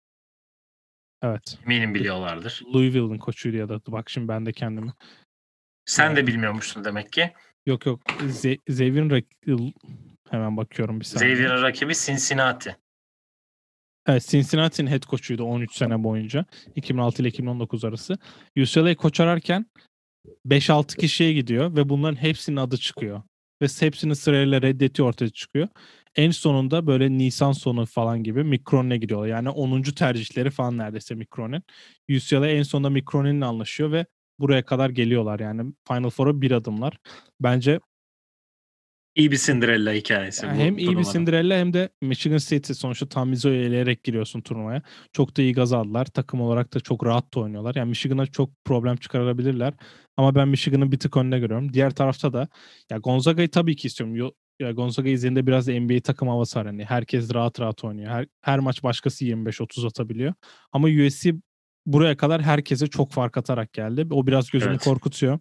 Evet. Eminim biliyorlardır. Louisville'ın koçuydu ya da bak şimdi ben de kendimi. Sen Evet. de bilmiyormuşsun demek ki. Yok yok. Z- Xavier hemen bakıyorum bir saniye. Xavier'ın rakibi Cincinnati. Evet, Cincinnati'nin head coach'uydu on üç sene boyunca. iki bin altı ile iki bin on dokuz arası. U C L A koç ararken beş altı kişiye gidiyor ve bunların hepsinin adı çıkıyor. Ve hepsini sırayla reddetiyor ortaya çıkıyor. En sonunda böyle Nisan sonu falan gibi Mick Cronin'e gidiyorlar. Yani onuncu tercihleri falan neredeyse Mick Cronin. U C L A en sonunda Mick Cronin'le anlaşıyor ve buraya kadar geliyorlar. Yani Final Four'a bir adımlar. Bence İyi bir Cinderella hikayesi yani bu hem iyi bir turnuvanın. Cinderella hem de Michigan State'i sonuçta Tom Izzo'yu eleyerek giriyorsun turnuvaya. Çok da iyi gaz aldılar. Takım olarak da çok rahat da oynuyorlar. Yani Michigan'a çok problem çıkarabilirler. Ama ben Michigan'ı bir tık önüne görüyorum. Diğer tarafta da ya Gonzaga'yı tabii ki istiyorum. Yo, ya Gonzaga izlerinde biraz da N B A takım havası var. Yani herkes rahat rahat oynuyor. Her, her maç başkası yirmi beş otuz atabiliyor. Ama U S C buraya kadar herkese çok fark atarak geldi. O biraz gözümü Evet. korkutuyor.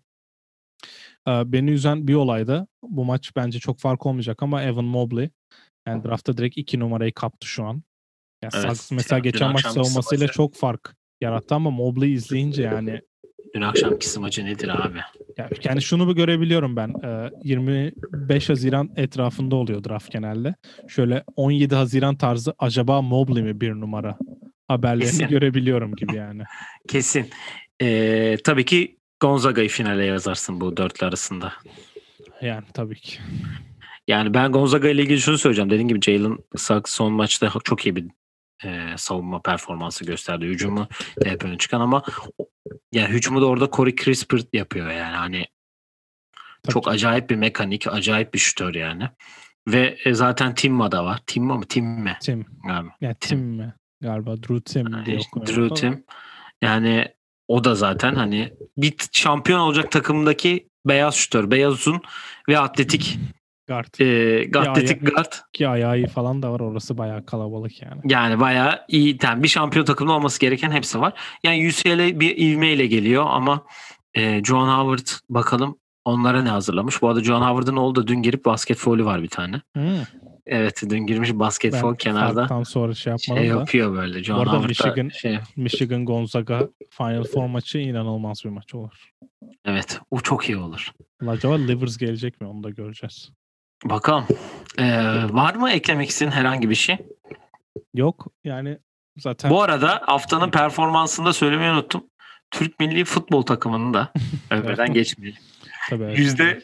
Beni üzen bir olayda bu maç bence çok fark olmayacak ama Evan Mobley yani draftta direkt iki numarayı kaptı şu an. Ya Evet. Suggs mesela Dün geçen maç akşamki savunmasıyla savaşı. çok fark yarattı ama Mobley izleyince yani Dün akşamki maçı nedir abi? Yani şunu bir görebiliyorum ben. yirmi beş Haziran etrafında oluyor draft genelde. Şöyle on yedi Haziran tarzı acaba Mobley mi bir numara haberlerini Kesin. görebiliyorum gibi yani. Kesin. Ee, tabii ki Gonzaga'yı finale yazarsın bu dörtlü arasında. Yani tabii ki. Yani ben Gonzaga ile ilgili şunu söyleyeceğim. Dediğim gibi Jalen Suggs son maçta çok iyi bir e, savunma performansı gösterdi. Hücumu hep öne çıkan ama yani hücumu da orada Corey Crisper yapıyor yani. Hani Tabii çok canım. acayip bir mekanik, acayip bir şütör yani. Ve e, zaten Timma da var. Timma mı? Tim mi? Tim. Galiba. Ya Tim, Tim mi? Galiba Drew Tim diye İşte okunuyor. Drew Tim. Yani o da zaten hani bir şampiyon olacak takımdaki beyaz şütör, beyaz uzun ve atletik Guard. e, atletik aya- guard. Ki ayağı iyi falan da var. Orası bayağı kalabalık yani. Yani bayağı iyi. Yani bir şampiyon takımda olması gereken hepsi var. Yani U C L A bir ivmeyle geliyor ama e, John Howard bakalım onlara ne hazırlamış. Bu arada John Howard'ın oğlu da dün girip basket faulü var bir tane. Hmm. Evet, dün girmiş basket Ben faul kenarda farktan sonra şey yapmadım şey da. yapıyor böyle. John Bu arada Howard Michigan, da şey. Michigan Gonzaga Final Four maçı inanılmaz bir maç olur. Evet, o çok iyi olur. Acaba Livers gelecek mi? Onu da göreceğiz. Bakalım. Ee, var mı eklemek istediğin herhangi bir şey? Yok yani zaten. Bu arada haftanın performansında söylemeyi unuttum. Türk milli futbol takımını da övmeden geçmeyelim. Tabii evet. Yüzde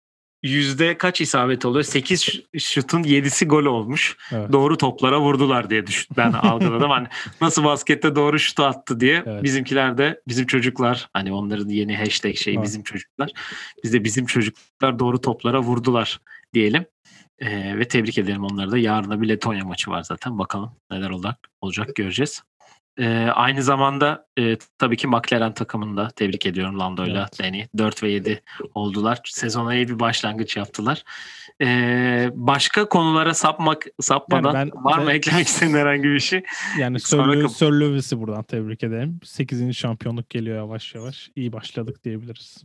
yüzde kaç isabet oluyor? sekiz şutun yedisi gol olmuş. Evet. Doğru toplara vurdular diye düşün. Ben algıladım. Hani nasıl baskette doğru şutu attı diye. Evet. Bizimkiler de bizim çocuklar, hani onların yeni hashtag şeyi Evet. bizim çocuklar. Biz de bizim çocuklar doğru toplara vurdular diyelim. Ee, ve tebrik ederim onları da. Yarın da bir Letonya maçı var zaten. Bakalım neler olacak, olacak göreceğiz. Ee, aynı zamanda e, tabii ki McLaren takımını da tebrik ediyorum Lando'yla Evet. Danny. dört ve yedi oldular. Sezona iyi bir başlangıç yaptılar. Ee, başka konulara sapmak sapmadan Yani ben var mı de- eklemek istediğin herhangi bir şey? Yani Sonra Sir, kap- Sir Lewis'i buradan tebrik ederim. sekizinci şampiyonluk geliyor yavaş yavaş. İyi başladık diyebiliriz.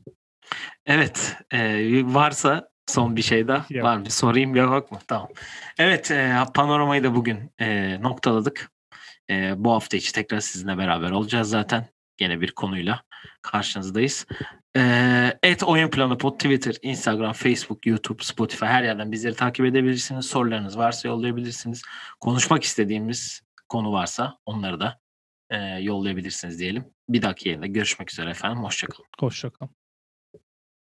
Evet. e, varsa son bir şey daha Yok. var mı? Sorayım ya, yok mu? Tamam. Evet. E, panoramayı da bugün e, noktaladık. E, bu hafta içi tekrar sizinle beraber olacağız zaten. Yine bir konuyla karşınızdayız. E, et Oyun Planı Pod, Twitter, Instagram, Facebook, YouTube, Spotify, her yerden bizleri takip edebilirsiniz. Sorularınız varsa yollayabilirsiniz. Konuşmak istediğimiz konu varsa onları da e, yollayabilirsiniz diyelim. Bir dahaki yayında görüşmek üzere efendim. Hoşçakalın. Hoşça kal.